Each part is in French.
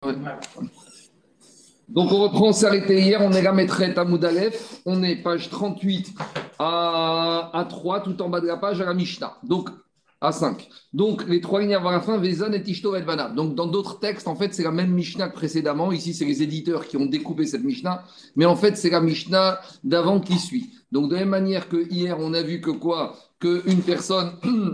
Ouais. Donc on reprend, on s'est arrêté hier, on est là, Maîtrette à Moudalef, on est page 38 à 3, tout en bas de la page, à la Mishnah, donc à 5. Donc les trois lignes avant la fin, Vezan et Tishto et Bana. Donc dans d'autres textes, en fait, c'est la même Mishnah que précédemment. Ici, c'est les éditeurs qui ont découpé cette Mishnah, mais en fait, c'est la Mishnah d'avant qui suit. Donc de la même manière que hier, on a vu que quoi? Qu'une personne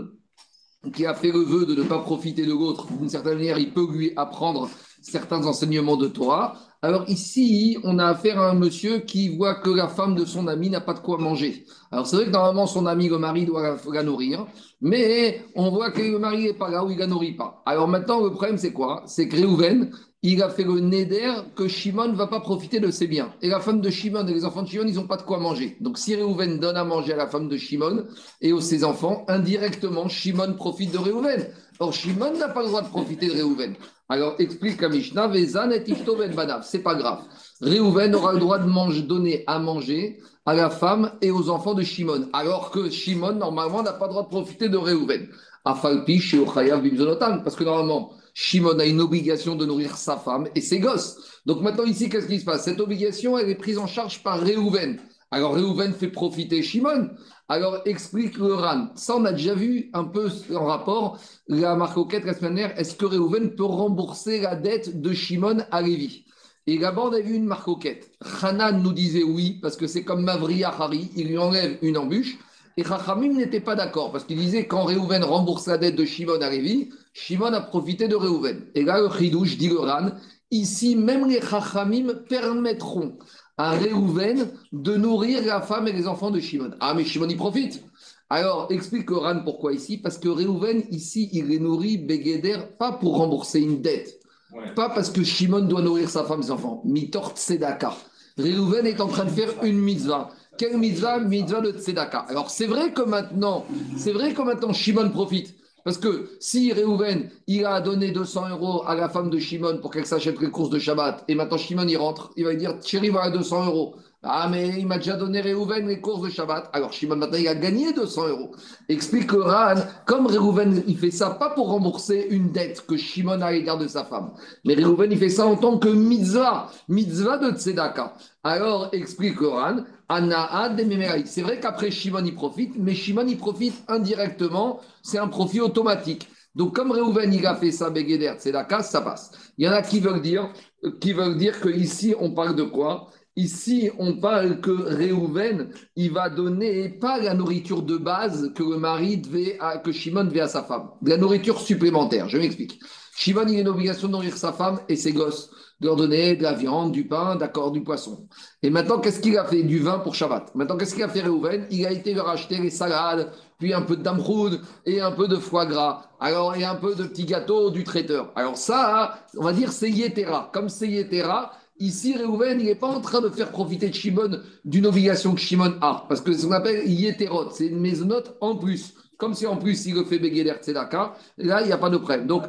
qui a fait le vœu de ne pas profiter de l'autre, d'une certaine manière, il peut lui apprendre certains enseignements de Torah. Alors ici, on a affaire à un monsieur qui voit que la femme de son ami n'a pas de quoi manger. Alors c'est vrai que normalement, son ami, le mari, doit la nourrir, mais on voit que le mari n'est pas là où il ne la nourrit pas. Alors maintenant, le problème, c'est quoi? C'est que Réhouven, il a fait le neder que Shimon ne va pas profiter de ses biens. Et la femme de Shimon et les enfants de Shimon, ils n'ont pas de quoi manger. Donc si Réhouven donne à manger à la femme de Shimon et aux ses enfants, indirectement, Shimon profite de Réhouven. Or, Shimon n'a pas le droit de profiter de Réhouven. Alors explique la Mishnah, Vezan et Tishto ben Banav. C'est pas grave. Réhouven aura le droit de donner à manger à la femme et aux enfants de Shimon, alors que Shimon, normalement, n'a pas le droit de profiter de Réhouven. Afalpi, chez Ochayav, Bimzonotan, parce que normalement, Shimon a une obligation de nourrir sa femme et ses gosses. Donc maintenant, ici, qu'est-ce qui se passe? Cette obligation, elle est prise en charge par Réhouven. Alors Réhouven fait profiter Shimon. Alors explique le Ran. Ça, on a déjà vu un peu en rapport la marcoquette la semaine dernière. Est-ce que Réhouven peut rembourser la dette de Shimon à Lévi? Et là-bas, on a vu une marcoquette. Hanan nous disait oui, parce que c'est comme Mavri Hari, il lui enlève une embûche. Et Chachamim n'était pas d'accord, parce qu'il disait quand Réhouven rembourse la dette de Shimon à Lévi, Shimon a profité de Réhouven. Et là, le Chidouche dit le Ran, ici, même les Chachamim permettront à Réhouven de nourrir la femme et les enfants de Shimon. Ah, mais Shimon y profite. Alors, explique le Ran pourquoi ici, parce que Réhouven, ici, il les nourrit Begeder, pas pour rembourser une dette, pas parce que Shimon doit nourrir sa femme et ses enfants. Mitor Tzedaka. Réhouven est en train de faire une mitzvah. Quelle mitzvah? Mitzvah de Tzedaka. Alors, c'est vrai que maintenant, Shimon profite. Parce que si Réhouven, il a donné 200 euros à la femme de Shimon pour qu'elle s'achète les courses de Shabbat, et maintenant Shimon, il rentre, il va lui dire, chérie, voilà 200 euros. Ah, mais il m'a déjà donné Réhouven les courses de Shabbat. Alors Shimon, maintenant, il a gagné 200 euros. Explique le Ran, comme Réhouven, il fait ça pas pour rembourser une dette que Shimon a à l'égard de sa femme, mais Réhouven, il fait ça en tant que mitzvah, mitzvah de Tzedaka. Alors, explique le Ran, Anaa de Memerai. C'est vrai qu'après Shimon, il profite, mais Shimon, il profite indirectement, c'est un profit automatique. Donc, comme Réhouven, il a fait ça, Begeder, Tzedaka, ça passe. Il y en a qui veulent dire que ici on parle de quoi? Ici, on parle que Réhouven, il va donner pas la nourriture de base que le mari que Shimon devait à sa femme, de la nourriture supplémentaire. Je m'explique. Shimon, il a une obligation de nourrir sa femme et ses gosses, de leur donner de la viande, du pain, d'accord, du poisson. Et maintenant, qu'est-ce qu'il a fait? Du vin pour Shabbat. Maintenant, qu'est-ce qu'il a fait Réhouven? Il a été leur acheter les salades, puis un peu de damroud et un peu de foie gras. Alors, et un peu de petits gâteaux du traiteur. Alors ça, on va dire, c'est Yetera. Comme c'est Yetera, ici, Réhouven, il n'est pas en train de faire profiter de Shimon d'une obligation que Shimon a. Parce que c'est ce qu'on appelle Yeterot. C'est une maisonnote en plus. Comme si en plus il le fait Begeder Tzedaka, là il n'y a pas de problème. Donc,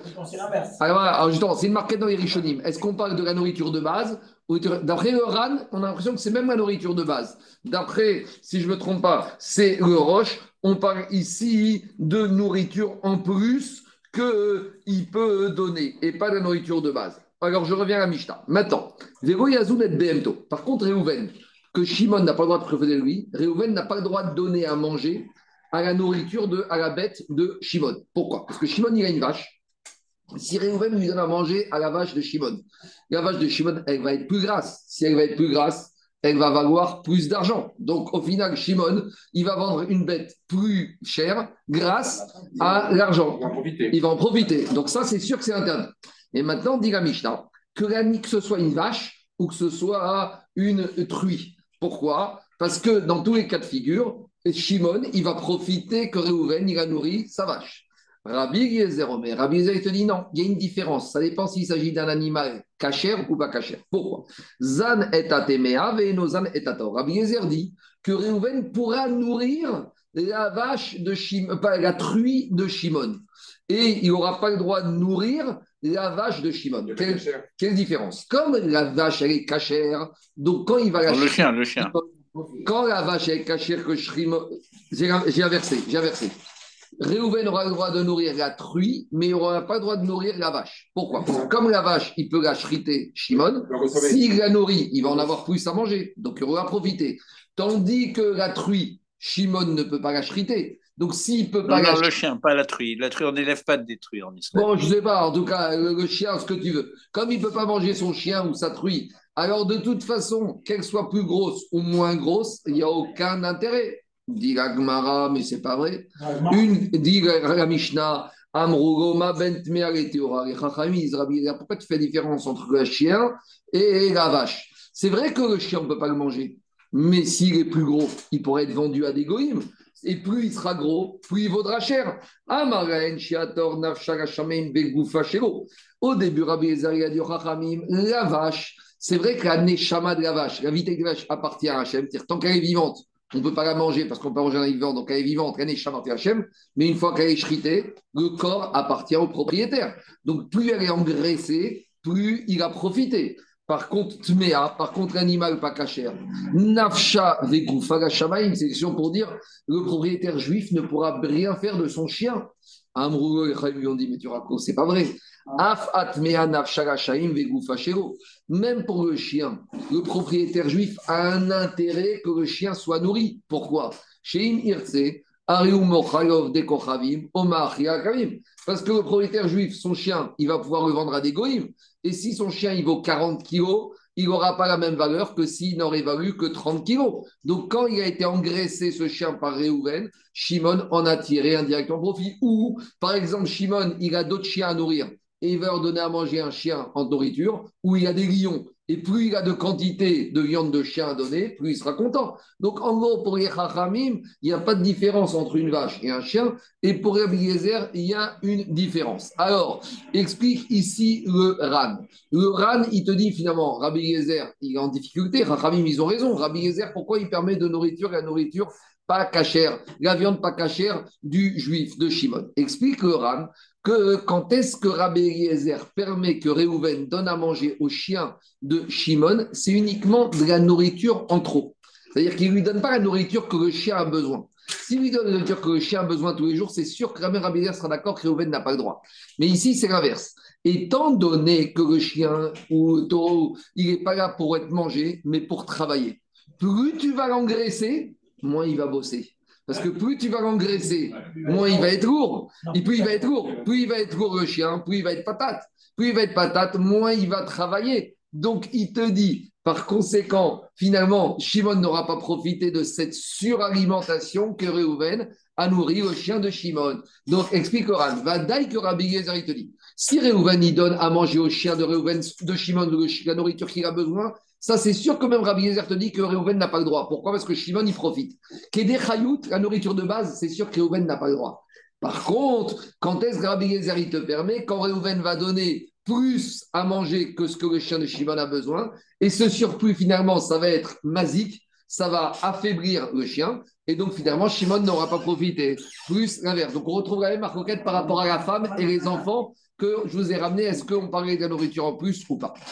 alors justement, c'est une marquette dans les Rishonim. Est-ce qu'on parle de la nourriture de base? D'après le Ran, on a l'impression que c'est même la nourriture de base. D'après, si je ne me trompe pas, c'est le Roche. On parle ici de nourriture en plus qu'il peut donner et pas de la nourriture de base. Alors, je reviens à la Mishnah. Maintenant, Véro Yazoun et Behemto. Par contre, Réhouven, que Shimon n'a pas le droit de préférer lui, Réhouven n'a pas le droit de donner à manger à la nourriture à la bête de Shimon. Pourquoi? Parce que Shimon, il a une vache. Si Réhouven lui donne à manger à la vache de Shimon, la vache de Shimon, elle va être plus grasse. Si elle va être plus grasse, elle va valoir plus d'argent. Donc, au final, Shimon, il va vendre une bête plus chère grâce à l'argent. Il va en profiter. Donc, ça, c'est sûr que c'est interdit. Et maintenant, dit la Mishnah, que ce soit une vache ou que ce soit une truie. Pourquoi? Parce que dans tous les cas de figure, Shimon, il va profiter que Réhouven, il a nourri sa vache. Rabbi Eliezer, mais Rabbi Eliezer, il te dit non, il y a une différence. Ça dépend s'il s'agit d'un animal cachère ou pas cachère. Pourquoi? Zan et atemea, ve'eno zan et ator. Rabbi Eliezer dit que Réhouven pourra nourrir la vache de Shimon, pas la truie de Shimon. Et il n'aura pas le droit de nourrir la vache de Shimon. Quelle différence? Comme la vache, elle est cachère, donc quand il va la Le chien, le chien. quand la vache est cachère que Shimon. J'ai inversé. Réhouven aura le droit de nourrir la truie, mais il n'aura pas le droit de nourrir la vache. Pourquoi? Parce que comme la vache, il peut la shriter Shimon, s'il la nourrit, il va en avoir plus à manger, donc il aura profité. Tandis que la truie, Shimon ne peut pas la shriter. Donc s'il ne peut pas Non, la non, le shriter, chien, pas la truie. La truie, on n'élève pas des truies en Israël. bon, je ne sais pas, en tout cas, le chien, ce que tu veux. Comme il ne peut pas manger son chien ou sa truie, alors de toute façon, qu'elle soit plus grosse ou moins grosse, il n'y a aucun intérêt. Dit la Gemara, mais c'est pas vrai. Dit la Mishnah, Amrugo, ma bent me'ale teora. Les Chachamim, ils disent, pourquoi tu fais la différence entre le chien et la vache? C'est vrai que le chien, on ne peut pas le manger, mais s'il est plus gros, il pourrait être vendu à des goïms. Et plus il sera gros, plus il vaudra cher. Amaraen, Shiator, Nafshara, Shameim, Begoufa, Shelo. Au début, Rabbi Eliezer a dit au Chachamim, la vache, c'est vrai que la neshama de la vache, la vitesse de la vache appartient à Hachem. C'est-à-dire, tant qu'elle est vivante, on ne peut pas la manger parce qu'on peut manger un vivant, donc elle est vivante, la neshama appartient à Hachem. Mais une fois qu'elle est shritée, le corps appartient au propriétaire. Donc plus elle est engraissée, plus il a profité. Par contre, tmea, par contre, l'animal pas cachère. Nafsha vegoufa la shamaim, c'est une question pour dire le propriétaire juif ne pourra rien faire de son chien. Amrou et Chaim lui ont dit, mais tu racontes, c'est pas vrai. Af atmea nafsha la shaim vegoufa shelo. Même pour le chien, le propriétaire juif a un intérêt que le chien soit nourri. Pourquoi? Sheim irtse, ariu mochalov de kochavim, omar kavim. Parce que le propriétaire juif, son chien, il va pouvoir le vendre à des goïms. Et si son chien, il vaut 40 kilos, il n'aura pas la même valeur que s'il n'aurait valu que 30 kilos. Donc, quand il a été engraissé, ce chien, par Réhouven, Shimon en a tiré indirectement profit. Ou, par exemple, Shimon, il a d'autres chiens à nourrir et il va leur donner à manger un chien en nourriture, ou il a des lions. Et plus il a de quantité de viande de chien à donner, plus il sera content. Donc, en gros, pour les Chachamim, il n'y a pas de différence entre une vache et un chien. Et pour Rabbi Eliezer, il y a une différence. Alors, explique ici le Ran. Le Ran, il te dit finalement, Rabbi Eliezer, il est en difficulté. Chachamim, ils ont raison. Rabbi Eliezer, pourquoi il permet de nourriture la nourriture pas cachère, la viande pas cachère du juif, de Shimon? Explique le Ran que quand est-ce que Rabbi Eliezer permet que Réhouven donne à manger au chien de Shimon, c'est uniquement de la nourriture en trop. C'est-à-dire qu'il ne lui donne pas la nourriture que le chien a besoin. S'il lui donne la nourriture que le chien a besoin tous les jours, c'est sûr que Rabbi Eliezer sera d'accord que Réhouven n'a pas le droit. Mais ici, c'est l'inverse. Étant donné que le chien ou le taureau, il n'est pas là pour être mangé, mais pour travailler. Plus tu vas l'engraisser, moins il va bosser. Parce que plus tu vas l'engraisser, moins il va être lourd. Et plus il va être lourd, plus il va être lourd le chien, plus il va être patate. Plus il va être patate, moins il va travailler. Donc il te dit, par conséquent, finalement, Shimon n'aura pas profité de cette suralimentation que Réhouven a nourri le chien de Shimon. Donc explique Oran, va d'ailleurs que Rabbi Eliezer, il te dit, si Réhouven il donne à manger au chien de Réhouven, de Shimon, la nourriture qu'il a besoin, ça, c'est sûr que même Rabbi Eliezer te dit que Réhouven n'a pas le droit. Pourquoi? Parce que Shimon, il profite. Kéder Chayout, la nourriture de base, c'est sûr que Réhouven n'a pas le droit. Par contre, quand est-ce que Rabbi Eliezer il te permet? Quand Réhouven va donner plus à manger que ce que le chien de Shimon a besoin, et ce surplus, finalement, ça va être masique, ça va affaiblir le chien, et donc finalement, Shimon n'aura pas profité. Plus l'inverse. Donc on retrouve la même marcoquette par rapport à la femme et les enfants que je vous ai ramené. Est-ce qu'on parlait de la nourriture en plus ou pas?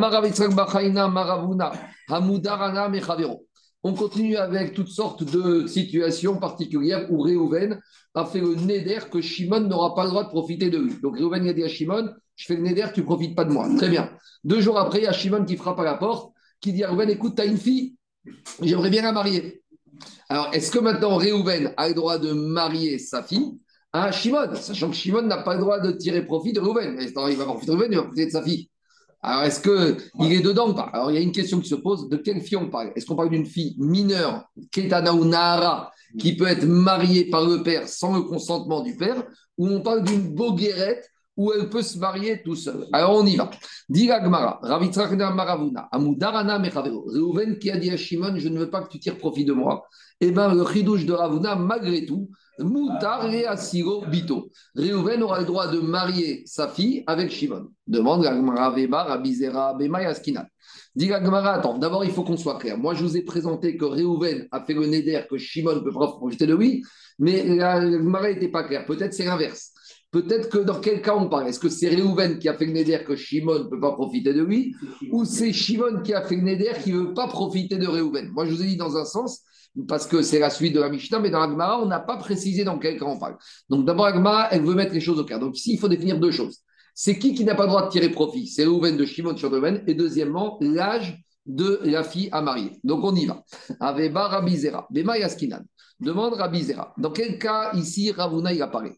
On continue avec toutes sortes de situations particulières où Réhouven a fait le néder que Shimon n'aura pas le droit de profiter de lui. Donc Réhouven a dit à Shimon, je fais le néder, tu ne profites pas de moi. Très bien. 2 jours après, il y a Shimon qui frappe à la porte, qui dit à Réhouven, écoute, tu as une fille, j'aimerais bien la marier. Alors, est-ce que maintenant Réhouven a le droit de marier sa fille à Shimon, sachant que Shimon n'a pas le droit de tirer profit de Réhouven? Il va profiter de Réhouven, il va profiter de sa fille. Alors, est-ce qu'il est dedans ou pas? Alors, il y a une question qui se pose, de quelle fille on parle? Est-ce qu'on parle d'une fille mineure, Ketana ou Nahara, qui peut être mariée par le père sans le consentement du père, ou on parle d'une boguerette où elle peut se marier tout seul? Alors, on y va. Dira Gmara, Ravitzrachna Maravuna, Amudarana Mechavero, Réhouven qui a dit à Shimon, je ne veux pas que tu tires profit de moi. Eh bien, le chidouche de Ravuna, malgré tout, Moutar et Asiro Bito. Réhouven aura le droit de marier sa fille avec Shimon. Demande la Gemara Veba, Rabizera, Bema et Askina. Dit la Gemara, attends, d'abord il faut qu'on soit clair. Moi je vous ai présenté que Réhouven a fait le néder que Shimon peut pas profiter de lui, mais la Gemara n'était pas claire. Peut-être c'est l'inverse. Peut-être que dans quel cas on parle? Est-ce que c'est Réhouven qui a fait le néder que Shimon ne peut pas profiter de lui, ou c'est Shimon qui a fait le néder qui ne veut pas profiter de Réhouven? Moi je vous ai dit dans un sens, parce que c'est la suite de la Mishnah, mais dans la Gemara, on n'a pas précisé dans quel cas on parle. Donc d'abord, la Gemara, elle veut mettre les choses au clair. Donc ici, il faut définir deux choses. C'est qui n'a pas le droit de tirer profit? C'est Reuven de Shimon sur Reuven. Et deuxièmement, l'âge de la fille à marier. Donc on y va. Aveba Rabizera, Bema Yaskinan. Demande Rabizera. Dans quel cas ici Ravuna il apparaît?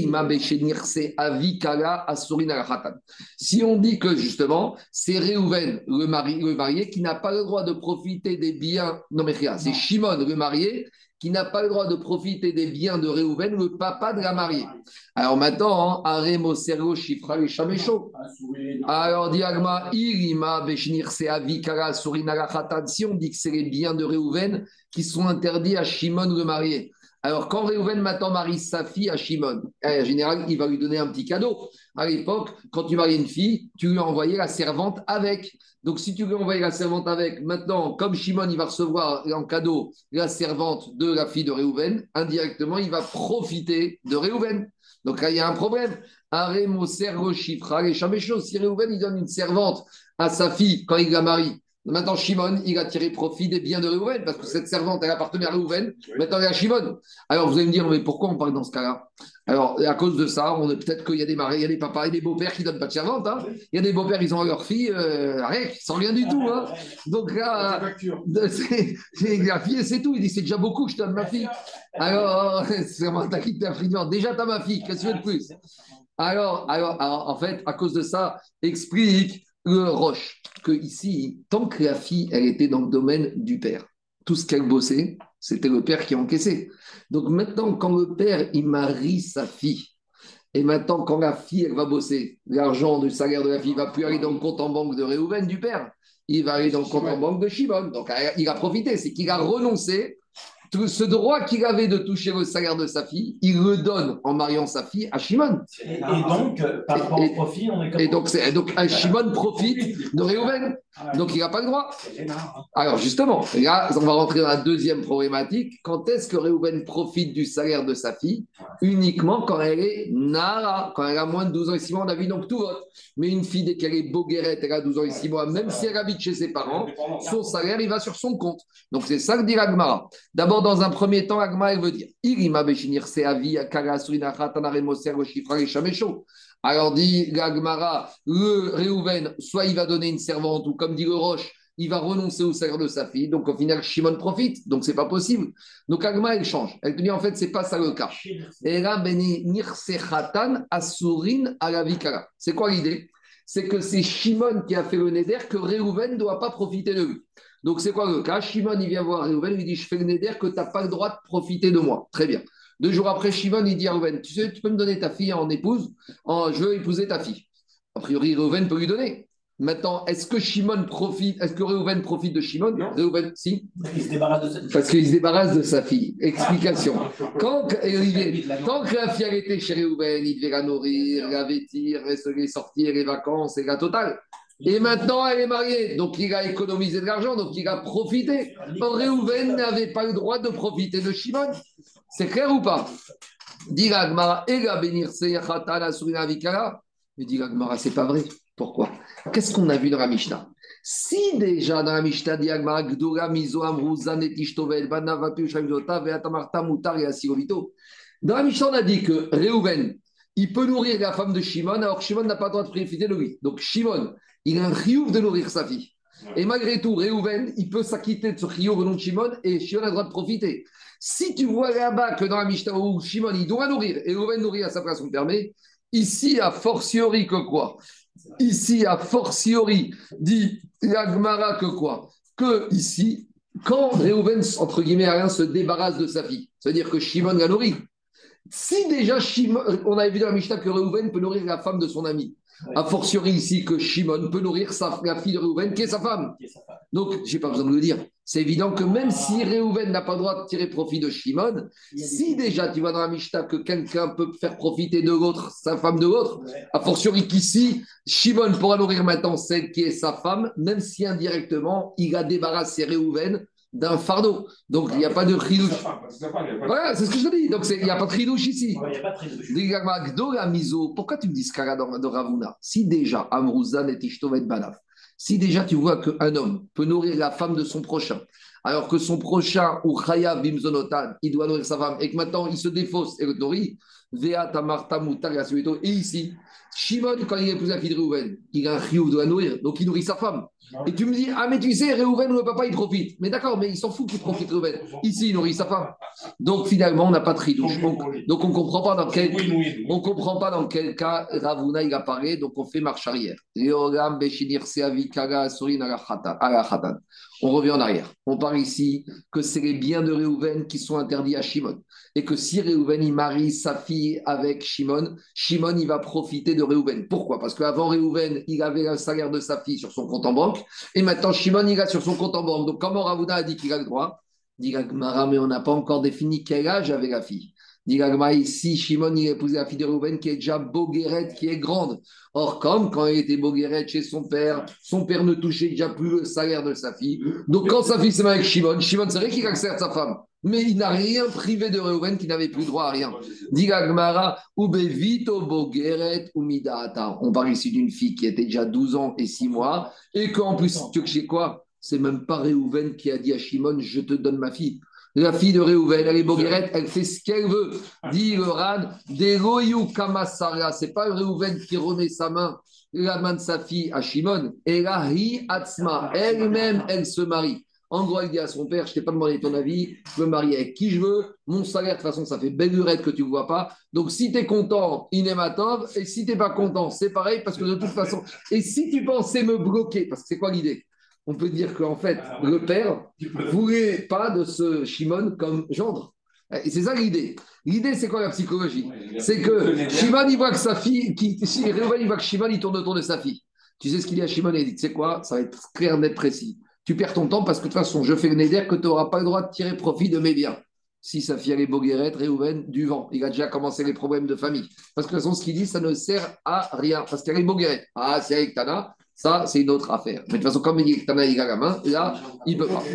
Si on dit que justement c'est Reuven le marié qui n'a pas le droit de profiter des biens, non mais rien, c'est Shimon le marié qui n'a pas le droit de profiter des biens de Reuven, le papa de la mariée. Alors maintenant, Aremo Sergo Chifra et Chamesho. Alors, Diagma, Irima, Beshnir, c'est Avikara, Surinara, Khatan. Si on dit que c'est les biens de Reuven qui sont interdits à Shimon le marié. Alors, quand Reuven maintenant marie sa fille à Shimon, en général, il va lui donner un petit cadeau. À l'époque, quand tu mariais une fille, tu lui envoyais la servante avec. Donc, si tu lui envoyais la servante avec, maintenant, comme Shimon, il va recevoir en cadeau la servante de la fille de Reuven, indirectement, il va profiter de Reuven. Donc là, il y a un problème. Si Reuven, il donne une servante à sa fille quand il la marie. Maintenant, Shimon, il a tiré profit des biens de Reuven parce que cette servante, elle appartenait à Reuven. Maintenant, elle est à Shimon. Alors, vous allez me dire, mais pourquoi on parle dans ce cas-là? Alors, à cause de ça, peut-être qu'il y a des maris, il y a des papas et des beaux-pères qui ne donnent pas de servante. Hein. Il y a des beaux-pères, ils ont leur fille, sans rien du tout. Hein. Donc là, c'est la fille et c'est tout. Il dit, c'est déjà beaucoup que je te donne ma fille. Alors, c'est vraiment ta fille, ta fille. Déjà, tu as ma fille, qu'est-ce que tu veux de plus? Alors, en fait, à cause de ça, explique le Roche que ici, tant que la fille, elle était dans le domaine du père, tout ce qu'elle bossait, c'était le père qui encaissait. Donc maintenant, quand le père, il marie sa fille, et maintenant, quand la fille, elle va bosser, l'argent du salaire de la fille ne va plus aller dans le compte en banque de Réhouven, du père, il va aller dans le compte en banque de Shimon. Donc, il a profité, c'est qu'il a renoncé. Tout ce droit qu'il avait de toucher le salaire de sa fille, il le donne en mariant sa fille à Shimon. Et donc, par rapport au profit, on est comme... Et donc Shimon profite de Réhouven. Donc, il n'a pas le droit. Alors, justement, là, on va rentrer dans la deuxième problématique. Quand est-ce que Réhouven profite du salaire de sa fille? Uniquement quand elle est Nara, quand elle a moins de 12 ans et 6 mois, on a vu donc tout vote. Mais une fille, dès qu'elle est Boguerette, elle a 12 ans et 6 mois, même si elle habite chez ses parents, son salaire, il va sur son compte. Donc, c'est ça que dit l'Agmara. D'abord, dans un premier temps, l'Agmara, elle veut dire Irima Beshinir Seavi, Kara, Surina, Tanare, Moser, Shifra, et Chamesho. Alors dit l'Agmara, le Réhouven, soit il va donner une servante, ou comme dit le Roche, il va renoncer au salaire de sa fille. Donc au final, Shimon profite. Donc c'est pas possible. Donc Agma, elle change. Elle te dit en fait, c'est pas ça le cas. Et là, Beni Nirsechatan Asurin Alavikara. C'est quoi l'idée? C'est que c'est Shimon qui a fait le neder que Réhouven ne doit pas profiter de lui. Donc c'est quoi le cas? Shimon, il vient voir Réhouven, il lui dit je fais le neder que tu n'as pas le droit de profiter de moi. Très bien. 2 jours après, Shimon, il dit à Réhouven, tu sais, tu peux me donner ta fille en épouse, je veux épouser ta fille. A priori, Réhouven peut lui donner. Maintenant, est-ce que Shimon profite, est-ce que Réhouven profite de Shimon? Réhouven, si. Il se débarrasse de sa fille. Parce qu'il se débarrasse de sa fille. Explication. Tant que la fille elle était chez Réhouven, il devait la nourrir, la vêtir, les sortir, les vacances et la totale. Et maintenant, elle est mariée, donc il a économisé de l'argent, donc il a profité. Or, Réhouven n'avait pas le droit de profiter de Shimon. C'est clair ou pas? Dit l'Agmara, Ega benir seyachatana surina vikara. Mais dit l'Agmara, c'est pas vrai. Pourquoi? Qu'est-ce qu'on a vu dans la Mishnah? Si déjà dans la Mishnah, dit l'Agmara, Gdora mizo amru zanetishtovel, banavapi ushamizota, veatamarta mutar et asirovito. Dans la Mishnah, on a dit que Réhouven, il peut nourrir la femme de Shimon, alors que Shimon n'a pas le droit de profiter de lui. Donc Shimon, il a un chiyuv de nourrir sa fille. Et malgré tout, Réhouven, il peut s'acquitter de ce chiyuv au nom de Shimon et Shimon a le droit de profiter. Si tu vois là-bas que dans la Mishnah où Shimon, il doit nourrir et Réhouven nourrir à sa place, on permet, ici, a fortiori que quoi? Ici, a fortiori, dit l'Agmara que quoi? Que ici, quand Réhouven, entre guillemets, rien, se débarrasse de sa fille, c'est-à-dire que Shimon la nourrit. Si déjà, on avait vu dans la Mishnah que Réhouven peut nourrir la femme de son ami, a fortiori ici que Shimon peut nourrir la fille de Réhouven, qui est sa femme. Donc, je n'ai pas besoin de le dire. C'est évident que même si Réhouven n'a pas le droit de tirer profit de Shimon, si déjà tu vois dans la Mishnah que quelqu'un peut faire profiter de l'autre, sa femme de l'autre, a fortiori qu'ici, Shimon pourra nourrir maintenant celle qui est sa femme, même si indirectement, il a débarrassé Réhouven d'un fardeau. Donc, il n'y a pas de chidouche. Voilà, c'est ce que je te dis. Donc, il n'y a pas de chidouche ici. Il n'y a pas de chidouche. Pourquoi tu me dis ce cas-là de Ravuna? Si déjà, Amrouzan et Tishtovet Banaf, si déjà tu vois qu'un homme peut nourrir la femme de son prochain, alors que son prochain, ou Chaya Bimzonotan, il doit nourrir sa femme, et que maintenant il se défausse et le nourrit, Vea Tamarta Moutar Yasueto. Et ici, Shimon, quand il épouse la fille de Réhouven, il a un chiouf de la nourrir, donc il nourrit sa femme. Et tu me dis, ah, mais tu sais, Réhouven, le papa, il profite. Mais d'accord, mais il s'en fout qu'il profite, Réhouven. Ici, il nourrit sa femme. Donc finalement, on n'a pas de tridouche. Donc on ne comprend pas dans quel cas Ravuna il apparaît, donc on fait marche arrière. On revient en arrière. On parle ici que c'est les biens de Réhouven qui sont interdits à Shimon. Et que si Réhouven il marie sa fille avec Shimon, Shimon il va profiter de Réhouven. Pourquoi? Parce qu'avant Réhouven, il avait le salaire de sa fille sur son compte en banque. Et maintenant, Shimon, il a sur son compte en banque. Donc, comment Ravuna a dit qu'il a le droit? Dit Gagmara, mais on n'a pas encore défini quel âge avait la fille. Dit Gagmara, ici, Shimon, il a épousé la fille de Réhouven qui est déjà Bogueret, qui est grande. Or, comme quand il était Bogueret chez son père ne touchait déjà plus le salaire de sa fille. Donc, quand sa fille s'est mariée avec Shimon, Shimon, c'est vrai qu'il accepte sa femme. Mais il n'a rien privé de Réhouven qui n'avait plus droit à rien. Dit Gagmara, Ubevito Bogueret Umidata. On parle ici d'une fille qui était déjà 12 ans et 6 mois. Et qu'en plus, tu sais quoi? C'est même pas Réhouven qui a dit à Shimon, je te donne ma fille. La fille de Réhouven, elle est boguerette, elle fait ce qu'elle veut. Dit le Ran, Deroyu Kamasara. C'est pas Réhouven qui remet sa main, la main de sa fille à Shimon. Et là, Hi Atzma, elle-même, elle se marie. En gros, elle dit à son père, je t'ai pas demandé ton avis, je me marie avec qui je veux. Mon salaire, de toute façon, ça fait belle lurette que tu ne vois pas. Donc, si tu es content, Inematov. Et si tu n'es pas content, c'est pareil, parce que de toute façon. Et si tu pensais me bloquer, parce que c'est quoi l'idée? On peut dire qu'en fait, le père ne voulait pas de ce Shimon comme gendre. Et c'est ça l'idée. L'idée, c'est quoi la psychologie? C'est que Shimon, il voit que sa fille, Réhouven, il voit que Shimon, il tourne autour de sa fille. Tu sais ce qu'il dit à Shimon? Il dit, tu sais quoi? Ça va être clair, net, précis. Tu perds ton temps parce que de toute façon, je fais le néder que tu n'auras pas le droit de tirer profit de mes biens. Si sa fille est Bogueret, Réhouven, du vent. Il a déjà commencé les problèmes de famille. Parce que de toute façon, ce qu'il dit, ça ne sert à rien. Parce qu'elle est Bogueret. Ah, c'est avec Tana. Ça, c'est une autre affaire. Mais de toute façon, comme il dit que Tana, il a la main, là, il ne peut pas.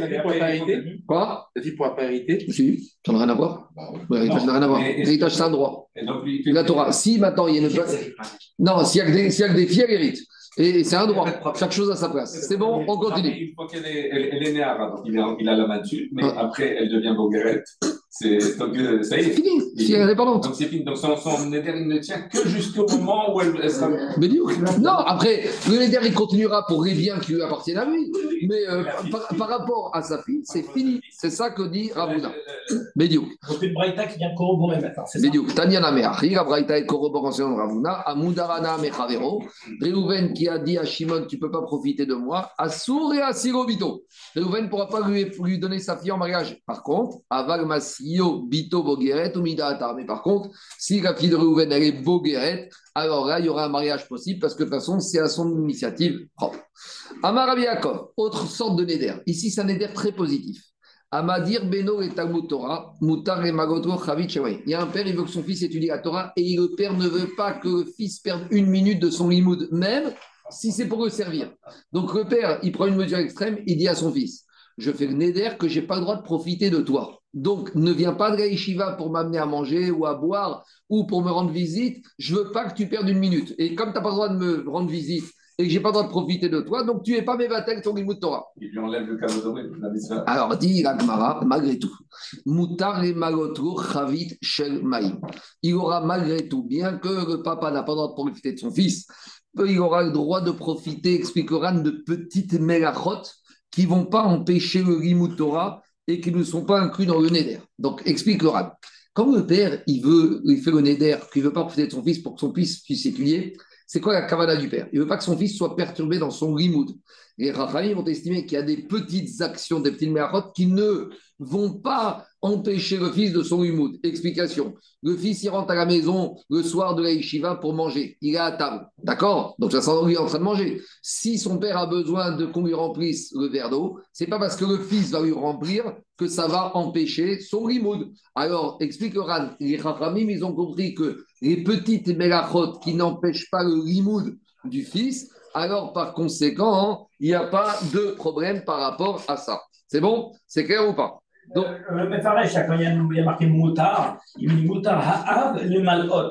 Quoi? La fille ne pourra pas hériter. Si, ça n'a rien à voir. L'héritage n'a rien à voir. L'héritage, c'est un droit. La Torah. Si maintenant, il y a une. Non, s'il y a que des filles, elle hérite. Et c'est un droit. Chaque chose à sa place. C'est bon, on continue. Une fois qu'elle est née arabe, donc il a la main dessus, mais après, elle devient boguerette. Donc, ça y est. C'est fini. Si elle est indépendante. Donc, c'est fini. Donc, son néder, il ne tient que jusqu'au moment où elle sera. Mais non, après, le néder, il continuera pour les biens qui lui appartiennent à lui. Mais par rapport à sa fille, c'est fini. C'est ça que dit Ravuna. Bédiouk. Donc, une braïta qui vient corroborer maintenant. Bédiouk. Tanyana Meachi, la braïta est corroboration de Ravuna. Amudarana Mechavero. Réhouven qui a dit à Shimon, tu ne peux pas profiter de moi. Assour et Asiro Bito. Réhouven ne pourra pas lui donner sa fille en mariage. Par contre, Aval Masio Bito Bogueret ou Midata. Mais par contre, si la fille de Réhouven, elle est Bogueret, alors là, il y aura un mariage possible parce que de toute façon, c'est à son initiative propre. Amar Rabbi Yaakov, autre sorte de néder. Ici, c'est un néder très positif. Amadir Beno et Talmud Torah, Mutar et Magotro Chavit Sheway. Il y a un père, il veut que son fils étudie la Torah et le père ne veut pas que le fils perde une minute de son limoud, même si c'est pour le servir. Donc le père, il prend une mesure extrême, il dit à son fils, je fais le néder que je n'ai pas le droit de profiter de toi. Donc ne viens pas de la yeshiva pour m'amener à manger ou à boire ou pour me rendre visite, je ne veux pas que tu perdes une minute. Et comme tu n'as pas le droit de me rendre visite, et que je n'ai pas le droit de profiter de toi, donc tu n'es pas mes baptêmes, ton Limoud Torah. Il lui enlève le cadeau doré. Alors, dit la Gemara, malgré tout, Moutar et Malotro Chavit Shel Maïm. Il aura malgré tout, bien que le papa n'a pas le droit de profiter de son fils, il aura le droit de profiter, explique Ran, de petites mélachot qui ne vont pas empêcher le Limoud Torah et qui ne sont pas inclus dans le Neder. Donc, explique Ran. Quand le père, il fait le Neder, qu'il ne veut pas profiter de son fils pour que son fils puisse étudier, c'est quoi la kavana du père? Il ne veut pas que son fils soit perturbé dans son limoud. Les Rachamim vont estimer qu'il y a des petites actions, des petites méachot qui ne vont pas empêcher le fils de son limoud. Explication. Le fils, il rentre à la maison le soir de la yeshiva pour manger. Il est à table. D'accord? Donc ça sent lui est en train de manger. Si son père a besoin de qu'on lui remplisse le verre d'eau, c'est pas parce que le fils va lui remplir que ça va empêcher son limoud. Alors, explique Ran, les Rachamim, ils ont compris que les petites mélachot qui n'empêchent pas le limoud du fils, alors par conséquent, il n'y a pas de problème par rapport à ça. C'est bon? C'est clair ou pas? Donc, le Mefaresh, quand il y a marqué Moutar, il dit Moutar Ha'av le Malhot.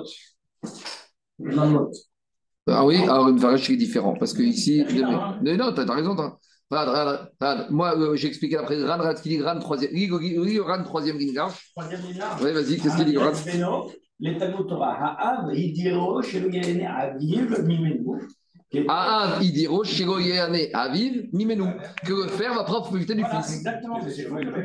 Ah oui, alors le Mefaresh est différent parce que ici, non, tu as raison. Regarde. Moi, j'ai expliqué après. Regarde ce qu'il dit, Ran, troisième. Lis le Ran, troisième ligne large. Troisième ligne large. Oui, vas-y, qu'est-ce qu'il dit, Ran? Les Talmud Torah, Ha'av, Hidiro, Shelo Yehane, Aviv, Mimenu. Ha'av, Hidiro, Shelo Yehane, Aviv, Mimenu. Que le père va profiter du fils. Exactement, c'est fou que le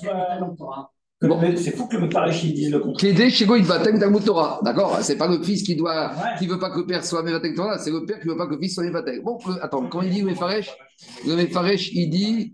Parash dise le contraire. Kédé, Shego, il va Talmud Torah. D'accord? C'est pas le fils qui veut pas que le père soit Mevatek Torah, c'est le père qui veut pas que le fils soit Mevatek. Bon, attends, quand il dit le Mefaresh, il dit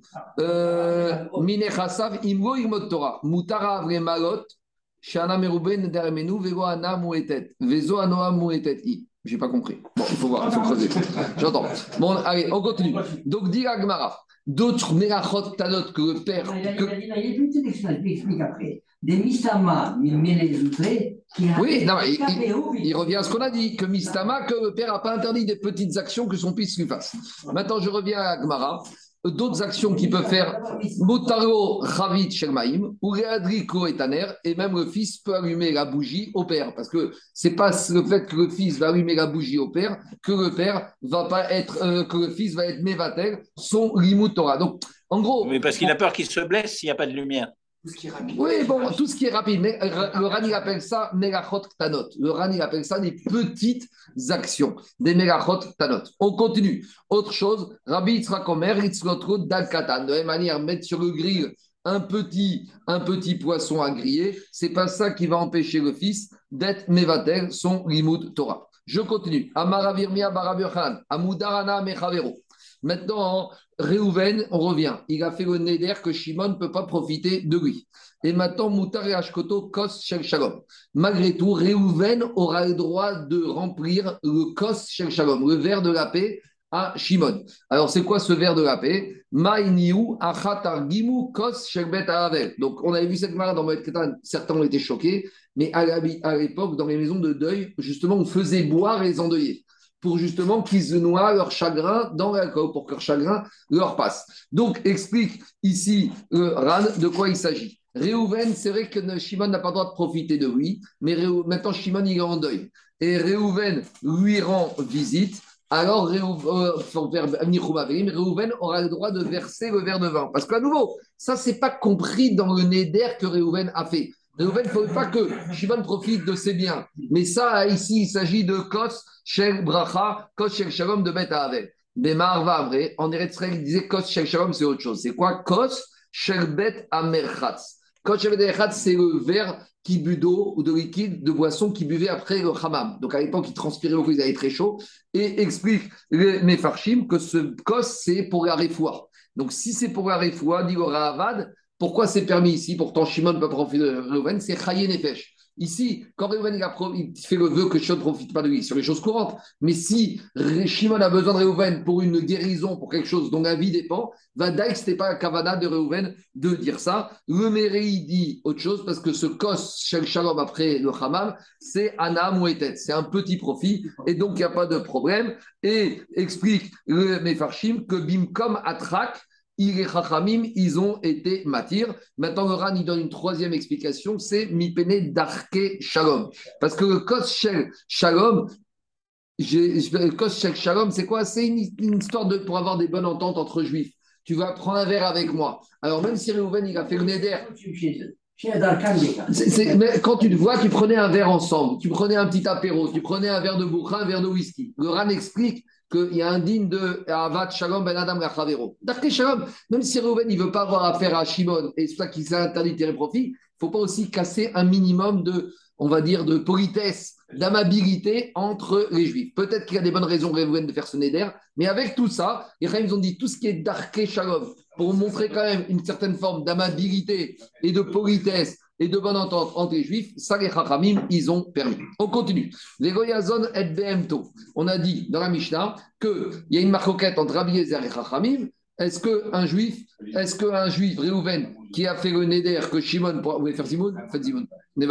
Mine Chassav, Imgo, Imot Torah. Mutara Avre Malot, Shana Meruben, Dermenu, Vego Ana Mouetet. Vezo Anoa Mouetet. J'ai pas compris. Bon, il faut voir, il faut creuser. J'entends. Bon, allez, on continue. Donc, dit Agmara. D'autres Merachot Tanot que le père. Il a une petite explication, il explique après. Des Mistama, il met les outrés. Oui, non, il revient à ce qu'on a dit, que Mistama, que le père n'a pas interdit des petites actions que son fils lui fasse. Maintenant, je reviens à Agmara. D'autres actions qu'il peut faire, Motaro Chavit Shermaim, ou Réadriko et Taner, et même le fils peut allumer la bougie au père, parce que c'est pas le fait que le fils va allumer la bougie au père que le père va pas être, que le fils va être Mevatel, son Limut Torah. Donc, en gros. Mais parce qu'il a peur qu'il se blesse s'il n'y a pas de lumière. Tout ce qui est rapide. Oui, bon, tout ce qui est rapide. Mais le Ran, il appelle ça Megachot Tanot. Le Ran, il appelle ça des petites actions, des Megachot Tanot. On continue. Autre chose, Rabbi Yitzhak Omer, Yitzhak Dal Katan. De la même manière, mettre sur le grill un petit poisson à griller, c'est pas ça qui va empêcher le fils d'être Mevatel, son Limud Torah. Je continue. Amaravirmia Barabirchan, Amudarana Mechavero. Maintenant, Réhouven, on revient. Il a fait le neder que Shimon ne peut pas profiter de lui. Et maintenant, Moutar et Ashkoto, Kos Shel Shalom. Malgré tout, Réhouven aura le droit de remplir le Kos Shel Shalom, le verre de la paix à Shimon. Alors, c'est quoi ce verre de la paix? Ma'iniu achatar gimu Kos Shel Bet Haavel. Donc, on avait vu cette marque dans Moed Ketan, certains ont été choqués, mais à l'époque, dans les maisons de deuil, justement, on faisait boire les endeuillés, pour justement qu'ils se noient leur chagrin dans l'alcool, pour que leur chagrin leur passe. Donc, explique ici Ran de quoi il s'agit. Réhouven, c'est vrai que Shimon n'a pas le droit de profiter de lui, mais maintenant Shimon il est en deuil. Et Réhouven lui rend visite, alors Réhouven aura le droit de verser le verre de vin. Parce qu'à nouveau, ça, c'est pas compris dans le neder que Réhouven a fait. Réhouven ne faut pas que Shimon profite de ses biens. Mais ça, ici, il s'agit de Kos Shel Bracha, Kos Shel Shalom de Bet Haavel. Mais Marva, vrai, en Eretz Israël, il disait Kos Shel Shalom, c'est autre chose. C'est quoi Kos Shel Bet Amerchatz. Kos Shel Bet Amerchatz, c'est le verre qui but d'eau ou de liquide, de boisson qui buvait après le hammam. Donc à l'époque, il transpirait beaucoup, il avait très chaud. Et explique les Mefarshim que ce Kos, c'est pour la réfoua. Donc si c'est pour la réfoua, dit le Ravad, pourquoi c'est permis ici? Pourtant, Shimon ne peut pas profiter de Réhouven, c'est Chaye Nefesh. Ici, quand Réhouven il fait le vœu que Shimon ne profite pas de lui sur les choses courantes, mais si Shimon a besoin de Réhouven pour une guérison, pour quelque chose dont la vie dépend, Vadaï, ce n'était pas la kavana de Réhouven de dire ça. Le Méréi dit autre chose parce que ce Kos Shel Shalom après le Hammam, c'est Ana Mouetet, c'est un petit profit et donc il n'y a pas de problème. Et explique le Mefarshim que Bimkom Atrak, les Chachamim, ils ont été matir. Maintenant, le Ran, il donne une troisième explication, c'est Mipene Darke Shalom. Parce que le Kos Shel Shalom, le Kos Shel Shalom, c'est quoi? C'est une histoire pour avoir des bonnes ententes entre juifs. Tu vas prendre un verre avec moi. Alors, même si Réhouven, il a fait le neder. Mais quand tu te vois, tu prenais un verre ensemble, tu prenais un petit apéro, tu prenais un verre de boucha, un verre de whisky. Le Ran explique qu'il y a un digne de Avat Shalom Ben Adam Lachavero. Darke Shalom, même si Réhouven ne veut pas avoir affaire à Shimon, et c'est ça qu'il s'est interdit de tirer profit, il ne faut pas aussi casser un minimum de, on va dire, de politesse, d'amabilité entre les Juifs. Peut-être qu'il y a des bonnes raisons, Réhouven, de faire ce neder, mais avec tout ça, les Chaim ont dit tout ce qui est Darke Shalom, pour montrer quand même une certaine forme d'amabilité et de politesse et de bonne entente entre les Juifs, ça les Chachamim, ils ont permis. On continue. Les Goyazon et Behemto. On a dit dans la Mishnah qu'il y a une marcoquette entre Rabbi Yezer et Chachamim. Est-ce qu'un juif, Réhouven, qui a fait le neder que Shimon, vous voulez faire Simon? Faites Simon.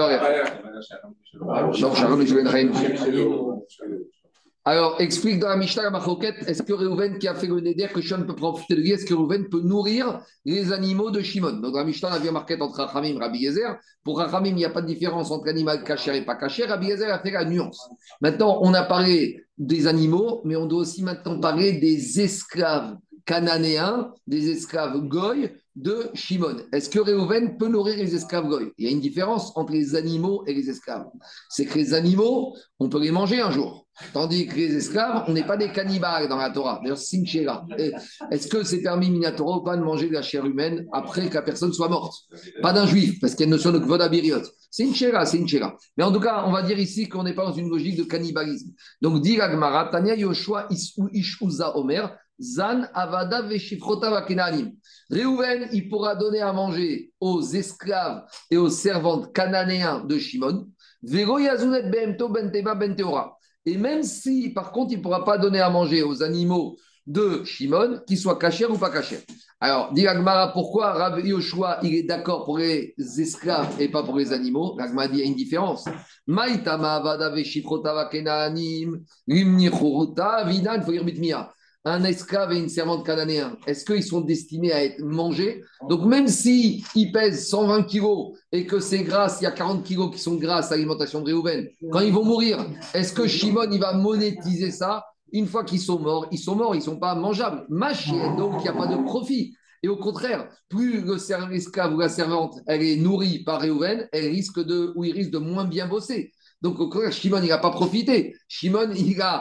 Alors, explique dans la Mishnah, la Machoket, est-ce que Réhouven qui a fait le neder que Shimon peut profiter de lui, est-ce que Réhouven peut nourrir les animaux de Shimon? Donc, dans la Mishnah, on a vu un marquette entre Rachamim et Rabbi Yezer. Pour Rachamim, il n'y a pas de différence entre animal caché et pas caché. Rabbi Yezer a fait la nuance. Maintenant, on a parlé des animaux, mais on doit aussi maintenant parler des esclaves cananéens, des esclaves goy de Shimon. Est-ce que Réhouven peut nourrir les esclaves goy? Il y a une différence entre les animaux et les esclaves. C'est que les animaux, on peut les manger un jour. Tandis que les esclaves, on n'est pas des cannibales dans la Torah. D'ailleurs, c'est une chéra. Est-ce que c'est permis, Minatora, ou pas, de manger de la chair humaine après que la personne soit morte? Pas d'un juif, parce qu'elle ne sonne que Vodabiriot. C'est une chéra, c'est une chéra. Mais en tout cas, on va dire ici qu'on n'est pas dans une logique de cannibalisme. Donc, dit Agmara, Tania Yoshua Ishuza Omer, Zan Avada Veshifrota Vakenanim. Réhouven, il pourra donner à manger aux esclaves et aux servantes cananéens de Shimon. Vego Yazunet Behemto Benteba Benteora. Et même si, par contre, il ne pourra pas donner à manger aux animaux de Shimon, qu'ils soient cachers ou pas cachers. Alors, dit Agmara, pourquoi Rabbi Yoshua, il est d'accord pour les esclaves et pas pour les animaux? Agmara dit, il y a une différence. Maïtama avada veshifrota vakenanim, limni churuta, vidan, il faut dire bitmia. Un esclave et une servante cananéen, est-ce qu'ils sont destinés à être mangés? Donc, même si ils pèsent 120 kilos et que c'est grâce, il y a 40 kilos qui sont grâce à l'alimentation de Réhouven, quand ils vont mourir, est-ce que Shimon, il va monétiser ça? Une fois qu'ils sont morts, ils ne sont pas mangeables. Machienne, donc il n'y a pas de profit. Et au contraire, plus l'esclave ou la servante, elle est nourrie par Réhouven, il risque de moins bien bosser. Donc, au contraire, Shimon, il n'a pas profité. Réhouven,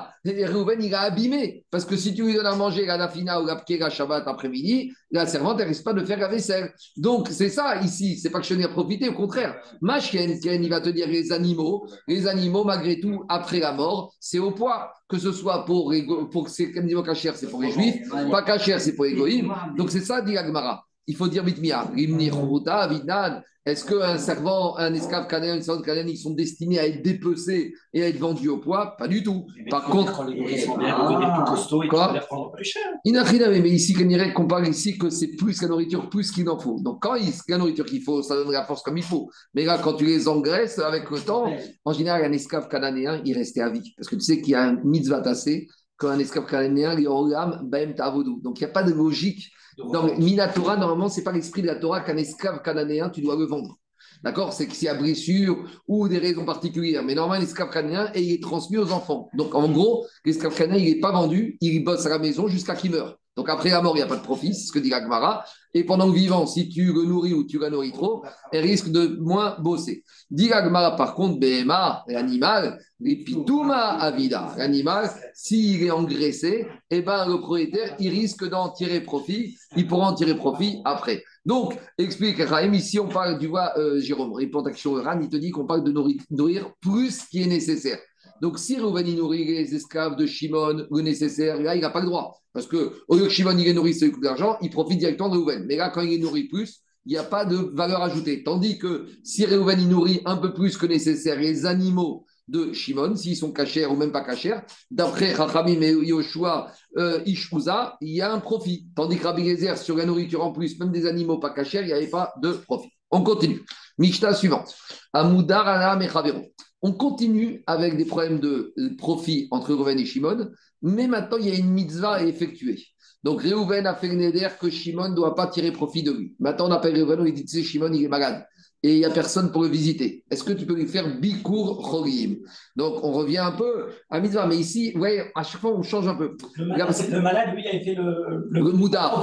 il a abîmé. Parce que si tu lui donnes à manger la nafina ou la pkera Shabbat après-midi, la servante, elle ne risque pas de faire la vaisselle. Donc, c'est ça ici. C'est pas que Shimon a profité, au contraire. Machien, il va te dire les animaux, malgré tout, après la mort, c'est au poids. Que ce soit pour ces animaux cachers, c'est pour les juifs, pas cachers, c'est pour les goïms. Donc, c'est ça, dit Agmara. Il faut dire bitmia. Rimni churuta, vidnan. Est-ce qu'un servant, un esclave cananéen, une servante cananéenne, ils sont destinés à être dépecés et à être vendus au poids? Pas du tout. Par contre, quand les gorilles sont bien plus costauds, ils vont les prendre plus cher. mais ici, qu'on parle ici que c'est plus la nourriture, plus qu'il en faut. Donc, quand la nourriture qu'il faut, ça donne la force comme il faut. Mais là, quand tu les engraisses avec le temps, en général, un esclave cananéen, il restait à vie. Parce que tu sais qu'il y a un mitzvah tassé, qu'un esclave cananéen, il y a Olam, Baem Ta'avodou. Donc, il n'y a pas de logique. Dans le Minatora, normalement, ce n'est pas l'esprit de la Torah qu'un esclave cananéen, tu dois le vendre. D'accord? C'est que s'il y a blessure ou des raisons particulières. Mais normalement, l'esclave cananéen, il est transmis aux enfants. Donc, en gros, l'esclave cananéen, il n'est pas vendu, il bosse à la maison jusqu'à qu'il meure. Donc, après la mort, il n'y a pas de profit, c'est ce que dit l'Agmara. Et pendant le vivant, si tu le nourris ou tu la nourris trop, elle risque de moins bosser. Dit l'Agmara, par contre, Behema, l'animal, l'épitouma avida. L'animal, s'il est engraissé, eh ben, le propriétaire, il risque d'en tirer profit. Il pourra en tirer profit après. Donc, explique Raïm, ici on parle, tu vois, Jérôme, Répondaction Ran, il te dit qu'on parle de nourrir plus qui est nécessaire. Donc, si Réhouven il nourrit les esclaves de Shimon, le nécessaire, là, il n'a pas le droit. Parce que au lieu que Shimon il les nourrit, c'est le coup d'argent, il profite directement de Réhouven. Mais là, quand il les nourrit plus, il n'y a pas de valeur ajoutée. Tandis que si Réhouven il nourrit un peu plus que nécessaire les animaux de Shimon, s'ils sont cachers ou même pas cachers, d'après Chachamim et Yoshua Ishouza, il y a un profit. Tandis que Rabbi Gezer, sur la nourriture en plus, même des animaux pas cachers, il n'y avait pas de profit. On continue. Mishta suivante. Amoudar Ana Mechavero. On continue avec des problèmes de profit entre Réhouven et Shimon, mais maintenant il y a une mitzvah à effectuer. Donc Réhouven a fait le neder que Shimon ne doit pas tirer profit de lui. Maintenant on appelle Réhouven, il dit, tu sais, Shimon il est malade et il n'y a personne pour le visiter. Est-ce que tu peux lui faire Bikur Chorim? Donc on revient un peu à mitzvah, mais ici, ouais, à chaque fois on change un peu. Le malade, lui, il avait fait le moudar.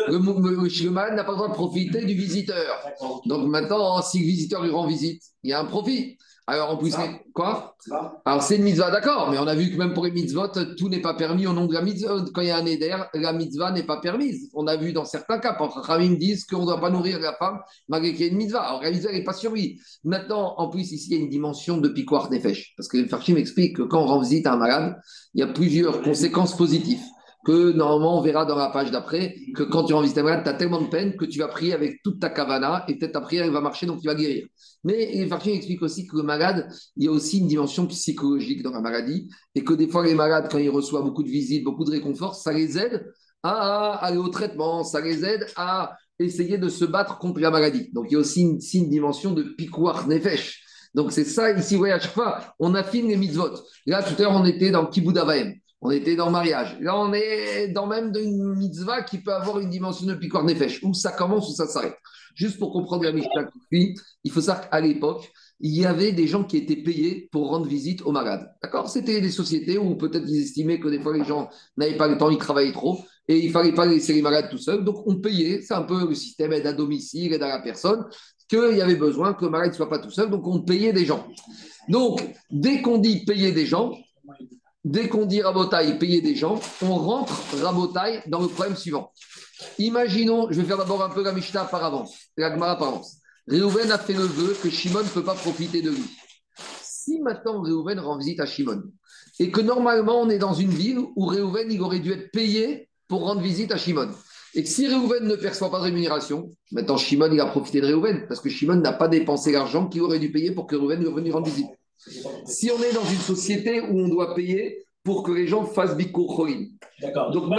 Le malade n'a pas le droit de profiter du visiteur. Donc maintenant, si le visiteur lui rend visite, il y a un profit. Alors en plus, quoi? Alors c'est une mitzvah, d'accord, mais on a vu que même pour les mitzvot, tout n'est pas permis au nom de la mitzvah. Quand il y a un éder, la mitzvah n'est pas permise. On a vu dans certains cas, Ramim disent qu'on ne doit pas nourrir la femme malgré qu'il y ait une mitzvah. Alors la mitzvah n'est pas sur lui. Maintenant, en plus, ici, il y a une dimension de pikuach nefesh. Parce que le Farshim explique que quand on rend visite à un malade, il y a plusieurs conséquences positives. Que normalement, on verra dans la page d'après, que quand tu rends visite à un malade, tu as tellement de peine que tu vas prier avec toute ta kavana et peut-être ta prière elle va marcher, donc tu vas guérir. Mais les Farshim explique aussi que le malade, il y a aussi une dimension psychologique dans la maladie et que des fois, les malades, quand ils reçoivent beaucoup de visites, beaucoup de réconfort, ça les aide à aller au traitement, ça les aide à essayer de se battre contre la maladie. Donc, il y a aussi une dimension de pikuach nefesh. Donc, c'est ça, ici, vous voyez, à chaque fois, on affine les mitzvot. Là, tout à l'heure, on était dans Kibud Avaim. On était dans le mariage. Là, on est dans même une mitzvah qui peut avoir une dimension de pikuach nefesh, où ça commence, où ça s'arrête. Juste pour comprendre la Mishnah, il faut savoir qu'à l'époque, il y avait des gens qui étaient payés pour rendre visite aux malades. D'accord? C'était des sociétés où peut-être ils estimaient que des fois les gens n'avaient pas le temps, ils travaillaient trop. et il ne fallait pas laisser les malades tout seuls. Donc, on payait, c'est un peu le système aide à domicile, aide à la personne, qu'il y avait besoin que le malade ne soit pas tout seul. Donc, on payait des gens. Donc, dès qu'on dit payer des gens, dès qu'on dit rabotaille, payer des gens, on rentre rabotaille dans le problème suivant. Imaginons, je vais faire d'abord un peu la Mishnah par avance, la Gemara par avance. Réhouven a fait le vœu que Shimon ne peut pas profiter de lui. Si maintenant Réhouven rend visite à Shimon, et que normalement on est dans une ville où Réhouven il aurait dû être payé pour rendre visite à Shimon, et que si Réhouven ne perçoit pas de rémunération, maintenant Shimon il a profité de Réhouven, parce que Shimon n'a pas dépensé l'argent qu'il aurait dû payer pour que Réhouven lui rende visite. Si on est dans une société où on doit payer pour que les gens fassent Bikur Cholim. D'accord. Donc,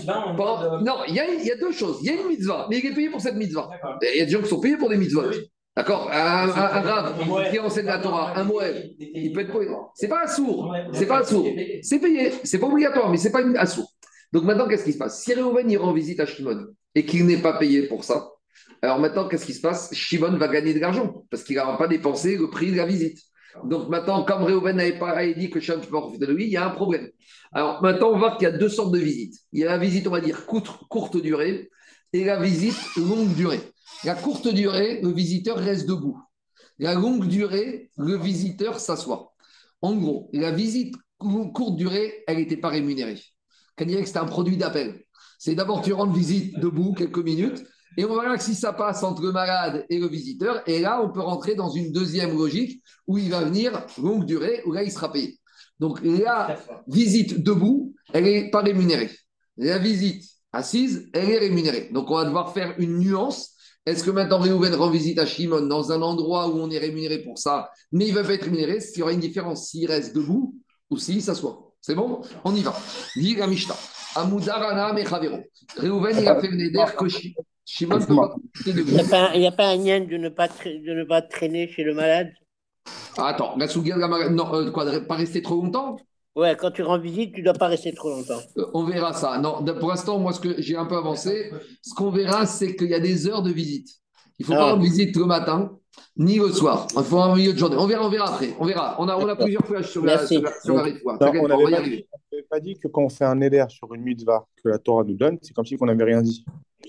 non, il y a deux choses. Il y a une mitzvah, mais il est payé pour cette mitzvah. Il y a des gens qui sont payés pour des mitzvahs. Oui. D'accord. Un rave qui enseigne la Torah, un moël, il peut être payé. C'est pas un sourd. C'est pas un sourd. C'est payé. C'est pas obligatoire, mais c'est pas un sourd. Donc maintenant, qu'est-ce qui se passe? Si Réhouven il rend visite à Shimon et qu'il n'est pas payé pour ça, alors maintenant, qu'est-ce qui se passe? Shimon va gagner de l'argent parce qu'il n'aura pas dépensé le prix de la visite. Donc maintenant, comme Réhouven n'avait pas dit que Shimon ne peut pas profiter de lui, il y a un problème. Alors maintenant, on va voir qu'il y a deux sortes de visites. Il y a la visite, on va dire, courte durée et la visite longue durée. La courte durée, le visiteur reste debout. La longue durée, le visiteur s'assoit. En gros, la visite courte durée, elle n'était pas rémunérée. On dirait que c'était un produit d'appel. C'est d'abord tu rends visite debout quelques minutes et on verra que si ça passe entre le malade et le visiteur, et là, on peut rentrer dans une deuxième logique où il va venir longue durée, où là, il sera payé. Donc, la visite debout, elle n'est pas rémunérée. La visite assise, elle est rémunérée. Donc, on va devoir faire une nuance. Est-ce que maintenant, Réhouven rend visite à Shimon dans un endroit où on est rémunéré pour ça, mais il ne va pas être rémunéré? Est-ce qu'il y aura une différence s'il reste debout ou s'il s'assoit? C'est bon? On y va. Dit la Mishnah. Amoudarana Mechavero. Réhouven, il a fait le neder que Shimon ne peut pas profiter de lui. Il n'y a pas un lien de ne pas traîner chez le malade? Attends, la Sougia de la malade. Non, quoi, de pas rester trop longtemps? Ouais, quand tu rends visite, tu ne dois pas rester trop longtemps. On verra ça. Non, pour l'instant, moi, ce que j'ai un peu avancé, ce qu'on verra, c'est qu'il y a des heures de visite. Il ne faut pas rendre visite le matin, ni le soir. Il faut un milieu de journée. On verra après. On verra. On a plusieurs plages sur la réfoua. On n'avait pas dit que quand on fait un éder sur une mitzvah que la Torah nous donne, c'est comme si on n'avait rien dit.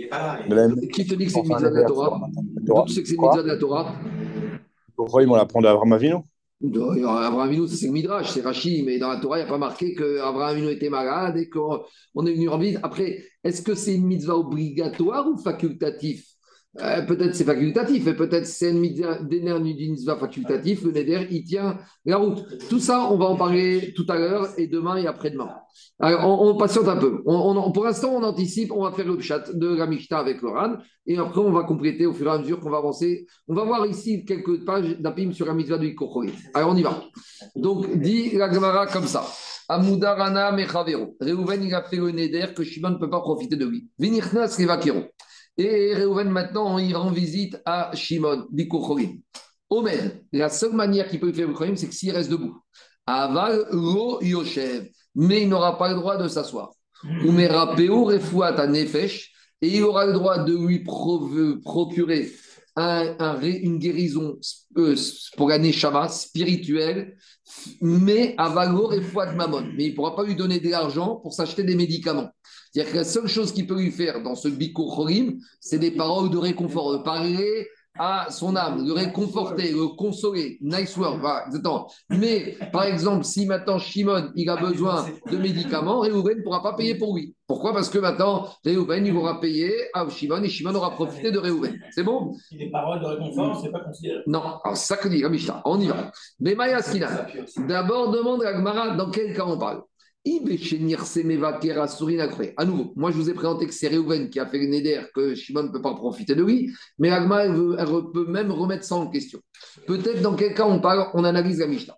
Qui te dit que c'est une mitzvah de la Torah? D'où tu sais que c'est une mitzvah de la Torah? Pourquoi ils m'ont l'apprendre à Avraham Avinu? Abraham Avinu, c'est le Midrash, c'est Rashi, mais dans la Torah, il n'y a pas marqué qu'Abraham Avinu était malade et qu'on est venu en visite. Après, est-ce que c'est une mitzvah obligatoire ou facultatif? Peut-être c'est facultatif, et peut-être c'est une mitzvah facultatif. Le neder, il tient la route. Tout ça, on va en parler tout à l'heure et demain et après-demain. Alors, on patiente un peu. Pour l'instant, on anticipe, on va faire le chat de la Mishnah avec Loran, et après, on va compléter au fur et à mesure qu'on va avancer. On va voir ici quelques pages d'Apim sur la mitzvah du Kochoï. Alors, on y va. Donc, dit la Gemara comme ça. Amoudarana Mechavero. Réhouven, il a fait le neder que Shimon ne peut pas profiter de lui. Vinichnas Revakero. Et Réhouven, maintenant, il rend visite à Shimon, Bikur Cholim. Omer, la seule manière qu'il peut faire le Cholim, c'est que s'il reste debout. Aval lo yoshev, mais il n'aura pas le droit de s'asseoir. Umera peu refouat à nefesh, et il aura le droit de lui procurer une guérison pour la neshama spirituelle, mais avalo refouat mamon. Mais il ne pourra pas lui donner de l'argent pour s'acheter des médicaments. C'est-à-dire que la seule chose qu'il peut lui faire dans ce Bikur Cholim, c'est des paroles de réconfort, de parler à son âme, le réconforter, le consoler. Nice work, voilà, exactement. Mais, par exemple, si maintenant Shimon, il a besoin de médicaments, Réhouven ne pourra pas payer pour lui. Pourquoi? Parce que maintenant, Réhouven, il aura payé à Shimon et Shimon aura profité de Réhouven. C'est bon? Les paroles de réconfort, c'est pas considéré. Non, alors ça que dit la Mishnah. On y va. Mais Maya Skina, d'abord demande à Gmara dans quel cas on parle. À nouveau, moi je vous ai présenté que c'est Réhouven qui a fait le neder, que Shimon ne peut pas profiter de lui, mais Agma elle peut même remettre ça en question. Peut-être dans quel cas on parle, on analyse la Mishnah.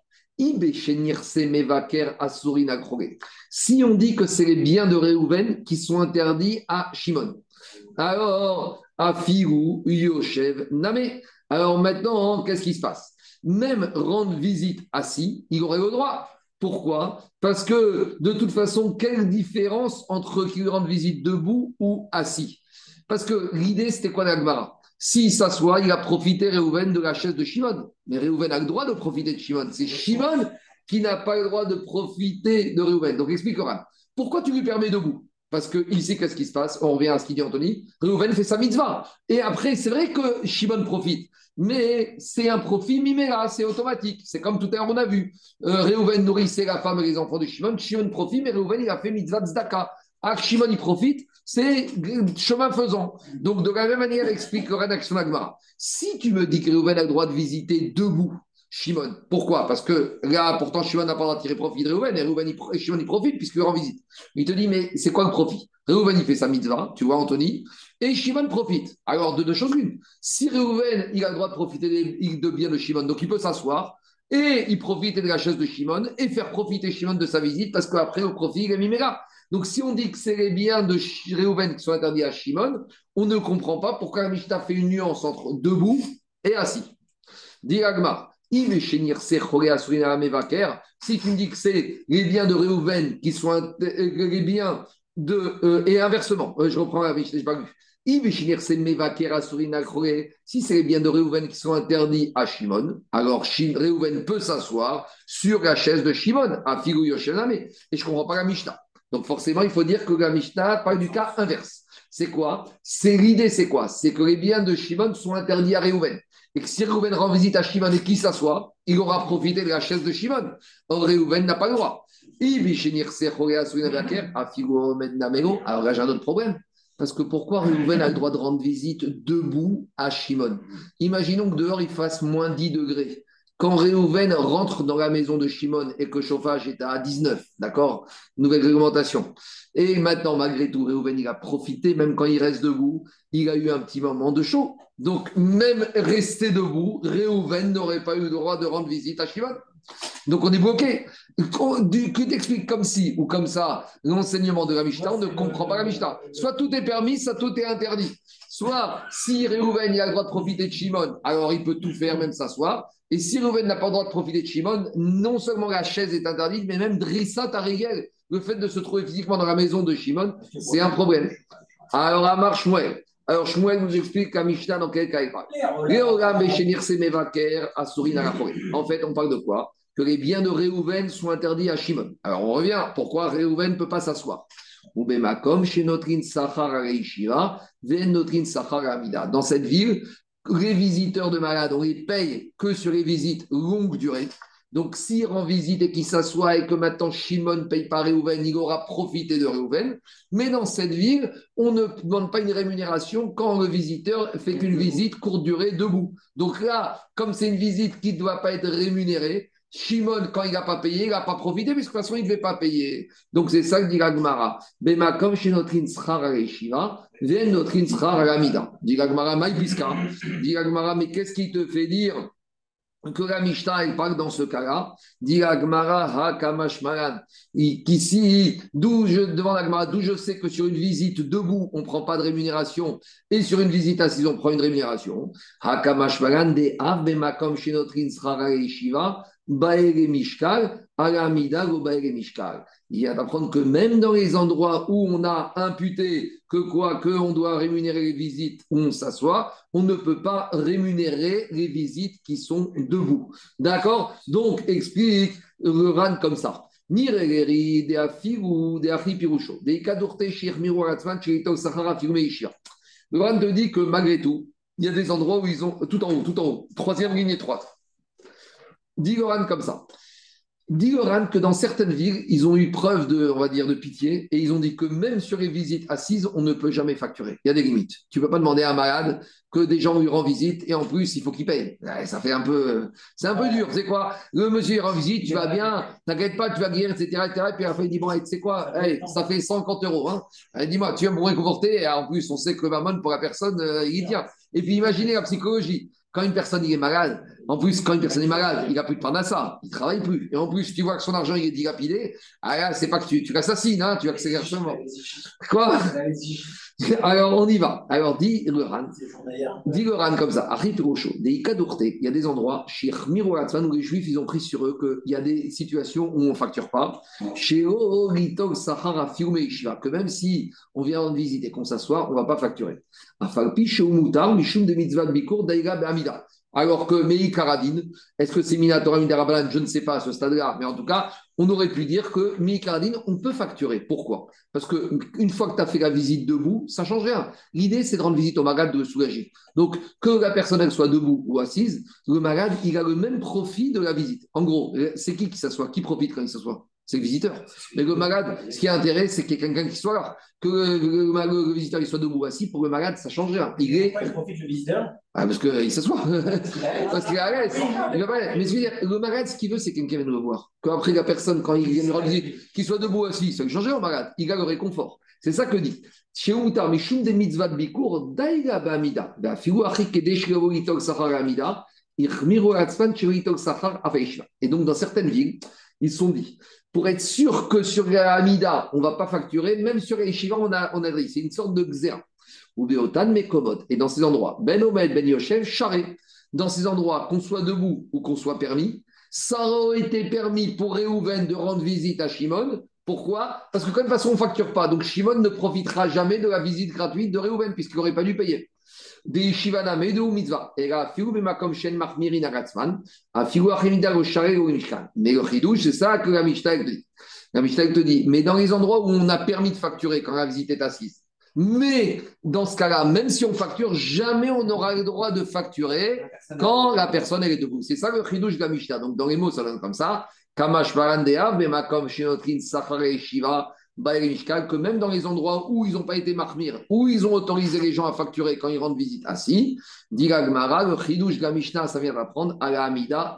Si on dit que c'est les biens de Réhouven qui sont interdits à Shimon, alors Afiru Yoshev Name. Alors maintenant, qu'est-ce qui se passe? Même rendre visite assis, il aurait le droit. Pourquoi? Parce que de toute façon, quelle différence entre qu'il rende visite debout ou assis? Parce que l'idée, c'était quoi d'Agmara? S'il s'assoit, il a profité, Réhouven, de la chaise de Shimon. Mais Réhouven a le droit de profiter de Shimon. C'est Shimon qui n'a pas le droit de profiter de Réhouven. Donc explique, Oran. Pourquoi tu lui permets debout? Parce que ici, qu'est-ce qui se passe? On revient à ce qu'il dit Anthony. Réhouven fait sa mitzvah. Et après, c'est vrai que Shimon profite. Mais c'est un profit miméra, c'est automatique. C'est comme tout à l'heure, on a vu. Réhouven nourrissait la femme et les enfants de Shimon. Shimon profite, mais Réhouven, il a fait mitzvah tzedaka. Ah, Shimon, il profite, c'est chemin faisant. Donc, de la même manière, explique le rédaction Agmara. Si tu me dis que Réhouven a le droit de visiter debout Shimon, pourquoi? Parce que là, pourtant, Shimon n'a pas le droit de tirer profit de Réhouven, et Shimon, il profite puisqu'il rend visite. Il te dit, mais c'est quoi le profit? Réhouven, il fait sa mitzvah, tu vois, Anthony, et Shimon profite. Alors, de deux choses l'une. Si Réhouven, il a le droit de profiter de bien de Shimon, donc il peut s'asseoir, et il profite de la chaise de Shimon, et faire profiter Shimon de sa visite, parce qu'après, au profit, il est miméra. Donc, si on dit que c'est les biens de Réhouven qui sont interdits à Shimon, on ne comprend pas pourquoi la Mishnah fait une nuance entre debout et assis. Dit Agmar, si tu me dis que c'est les biens de Réhouven qui sont les biens de. Et inversement, je reprends la Mishnah, je n'ai pas lu. Si c'est les biens de Réhouven qui sont interdits à Shimon, alors Réhouven peut s'asseoir sur la chaise de Shimon, à Figou Yoshename. Et je ne comprends pas la Mishnah. Donc forcément, il faut dire que la Mishnah parle du cas inverse. C'est quoi? L'idée, c'est quoi? C'est que les biens de Shimon sont interdits à Réhouven. Et que si Réhouven rend visite à Shimon et qu'il s'assoit, il aura profité de la chaise de Shimon. Or, Réhouven n'a pas le droit. Alors là, j'ai un autre problème. Parce que pourquoi Réhouven a le droit de rendre visite debout à Shimon? Imaginons que dehors, il fasse moins 10 degrés. Quand Réhouven rentre dans la maison de Shimon et que le chauffage est à 19, d'accord? Nouvelle réglementation. Et maintenant, malgré tout, Réhouven, il a profité, même quand il reste debout, il a eu un petit moment de chaud. Donc, même resté debout, Réhouven n'aurait pas eu le droit de rendre visite à Shimon. Donc, on est bloqué. Qui t'explique comme ci ou comme ça l'enseignement de la Mishnah, on ne comprend pas la Mishnah. Soit tout est permis, soit tout est interdit. Soit, si Réhouven a le droit de profiter de Shimon, alors il peut tout faire, même s'asseoir. Et si Réhouven n'a pas le droit de profiter de Shimon, non seulement la chaise est interdite, mais même Drissa Tarigel, le fait de se trouver physiquement dans la maison de Shimon, c'est un problème. Alors, Amar Shmuel. Alors, Shmuel nous explique la Mishnah dans quel cas il parle. En fait, on parle de quoi? Que les biens de Réhouven sont interdits à Shimon. Alors, on revient. Pourquoi Réhouven ne peut pas s'asseoir? Dans cette ville, les visiteurs de malades, on les paye que sur les visites longue durée. Donc, s'il rend visite et qu'il s'assoit et que maintenant Shimon ne paye pas Réhouven, il aura profité de Réhouven. Mais dans cette ville, on ne demande pas une rémunération quand le visiteur fait qu'une visite courte durée debout. Donc là, comme c'est une visite qui ne doit pas être rémunérée, Shimon, quand il n'a pas payé, il n'a pas profité, parce que de toute façon, il ne devait pas payer. Donc, c'est ça que dit l'Agmara. Bema, comme chez notre Inschar à Shiva, vient notre Inschar à l'Amida. Dit l'Agmara, Maïpiska. Dit l'Agmara, mais qu'est-ce qui te fait dire que la Mishnah, elle parle dans ce cas-là? Dit l'Agmara, ha kamashmaran. Qu'ici, devant l'Agmara, d'où je sais que sur une visite debout, on ne prend pas de rémunération, et sur une visite assise, on prend une rémunération. Ha kamashmaran, de av bema, comme chez notre Inschar à Shiva. Baere Mishkal, Alamida ou Baere Mishkal. Il y a d'apprendre que même dans les endroits où on a imputé qu'on doit rémunérer les visites où on s'assoit, on ne peut pas rémunérer les visites qui sont debout. D'accord? Donc, explique le RAN comme ça. Nireleri, de Afiru, de Afi Pirusho, de Ikadurte, Shir Miru Ratzman, Chirito Sahara, Firume Ishia. Le RAN te dit que malgré tout, il y a des endroits où ils ont tout en haut, troisième ligne étroite. Dit Goran comme ça. Dit Goran que dans certaines villes, ils ont eu preuve on va dire, de pitié et ils ont dit que même sur les visites assises, on ne peut jamais facturer. Il y a des limites. Tu ne peux pas demander à un malade que des gens lui rendent visite et en plus, il faut qu'il paye. Ça fait c'est un peu dur. C'est quoi? Le monsieur rend visite, tu vas bien, t'inquiète pas, tu vas guérir, etc., etc. Et puis après, il dit, bon, tu sais quoi? Ça fait 150 euros. Hein. Dis-moi, tu vas me réconforter. Et en plus, on sait que le mammon, pour la personne, il tient. Et puis, imaginez la psychologie. Quand une personne est malade, en plus, quand une personne est malade, il n'a plus de parnassa, il ne travaille plus. Et en plus, tu vois que son argent il est dilapidé, là, c'est pas que tu l'assassines, hein, tu accélères seulement. Quoi? Alors, on y va. Alors, dit le Ran comme ça. Il y a des endroits, chez Mirolatvan, où les Juifs, ils ont pris sur eux qu'il y a des situations où on ne facture pas. Chez Oritog Sahara Fiume Ishiva, que même si on vient rendre visite et qu'on s'assoit, on ne va pas facturer. Alors que Meï Karadine, est-ce que c'est Minatora Midarabanan? Je ne sais pas à ce stade-là, mais en tout cas, on aurait pu dire que Meï Karadine, on peut facturer. Pourquoi? Parce qu'une fois que tu as fait la visite debout, ça ne change rien. L'idée, c'est de rendre visite au malade, de le soulager. Donc, que la personne elle soit debout ou assise, le malade, il a le même profit de la visite. En gros, c'est qui s'assoit? Qui profite quand il s'assoit? C'est le visiteur. Mais le malade, ce qui a intérêt, c'est qu'il y ait quelqu'un qui soit là. Que le visiteur il soit debout ou assis, pour le malade, ça ne change rien. Pourquoi il profite le visiteur? Parce qu'il s'assoit. Parce qu'il est à l'aise. Mais je veux dire, le malade, ce qu'il veut, c'est quelqu'un qui vienne le voir. Qu'après, la personne, quand il vient lui rendre visite, qu'il soit debout ou assis, ça ne change rien au malade. Il a le réconfort. C'est ça que dit. Chez Outar, Mishum de mitzvah de Bikour, Daïga Bamida. Figu Achik Kedesh Levolitog Sachar Amida, Irmiru Atzman Chevolitog Sachar Afeishva. Et donc, dans certaines villes, ils se sont dit, pour être sûr que sur la Amida, on ne va pas facturer, même sur les Yeshiva, on a dit, c'est une sorte de xéra. Ou Béotan, mais commode. Et dans ces endroits, Ben Omed, Ben Yoshev, charré. Dans ces endroits, qu'on soit debout ou qu'on soit permis, ça aurait été permis pour Réhouven de rendre visite à Shimon. Pourquoi? Parce que de toute façon, on ne facture pas. Donc Shimon ne profitera jamais de la visite gratuite de Réhouven, puisqu'il n'aurait pas dû payer. Des Shivana Medou Mitzvah. Et là, Fiou Bemakom Shen Mahmirin Agatzman, a Fiou Achemida Roshare ou Mishkan. Mais le Chidouche, c'est ça que la Mishnah te dit. La Mishnah te dit, mais dans les endroits où on a permis de facturer quand la visite est assise, mais dans ce cas-là, même si on facture, jamais on n'aura le droit de facturer quand la personne elle est debout. C'est ça le Chidouche de la Mishnah. Donc dans les mots, ça donne comme ça. Kamash Barandeav, Bemakom Shenotrin Safare Shiva. Que même dans les endroits où ils n'ont pas été marmir, où ils ont autorisé les gens à facturer quand ils rendent visite assis, dit Gmara, le chidouche de la Mishnah, ça vient d'apprendre, à la Amida,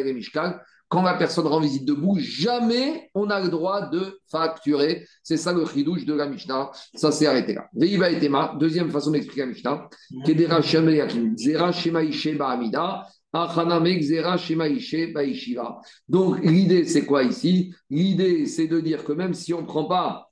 quand la personne rend visite debout, jamais on a le droit de facturer. C'est ça le chidouche de la Mishnah. Ça s'est arrêté là. Veiva et Tema, deuxième façon d'expliquer la Mishnah. Kedera Shemeyakim, Zera Shemaïche Ba'amida. Donc, l'idée, c'est quoi ici? L'idée, c'est de dire que même si on ne prend pas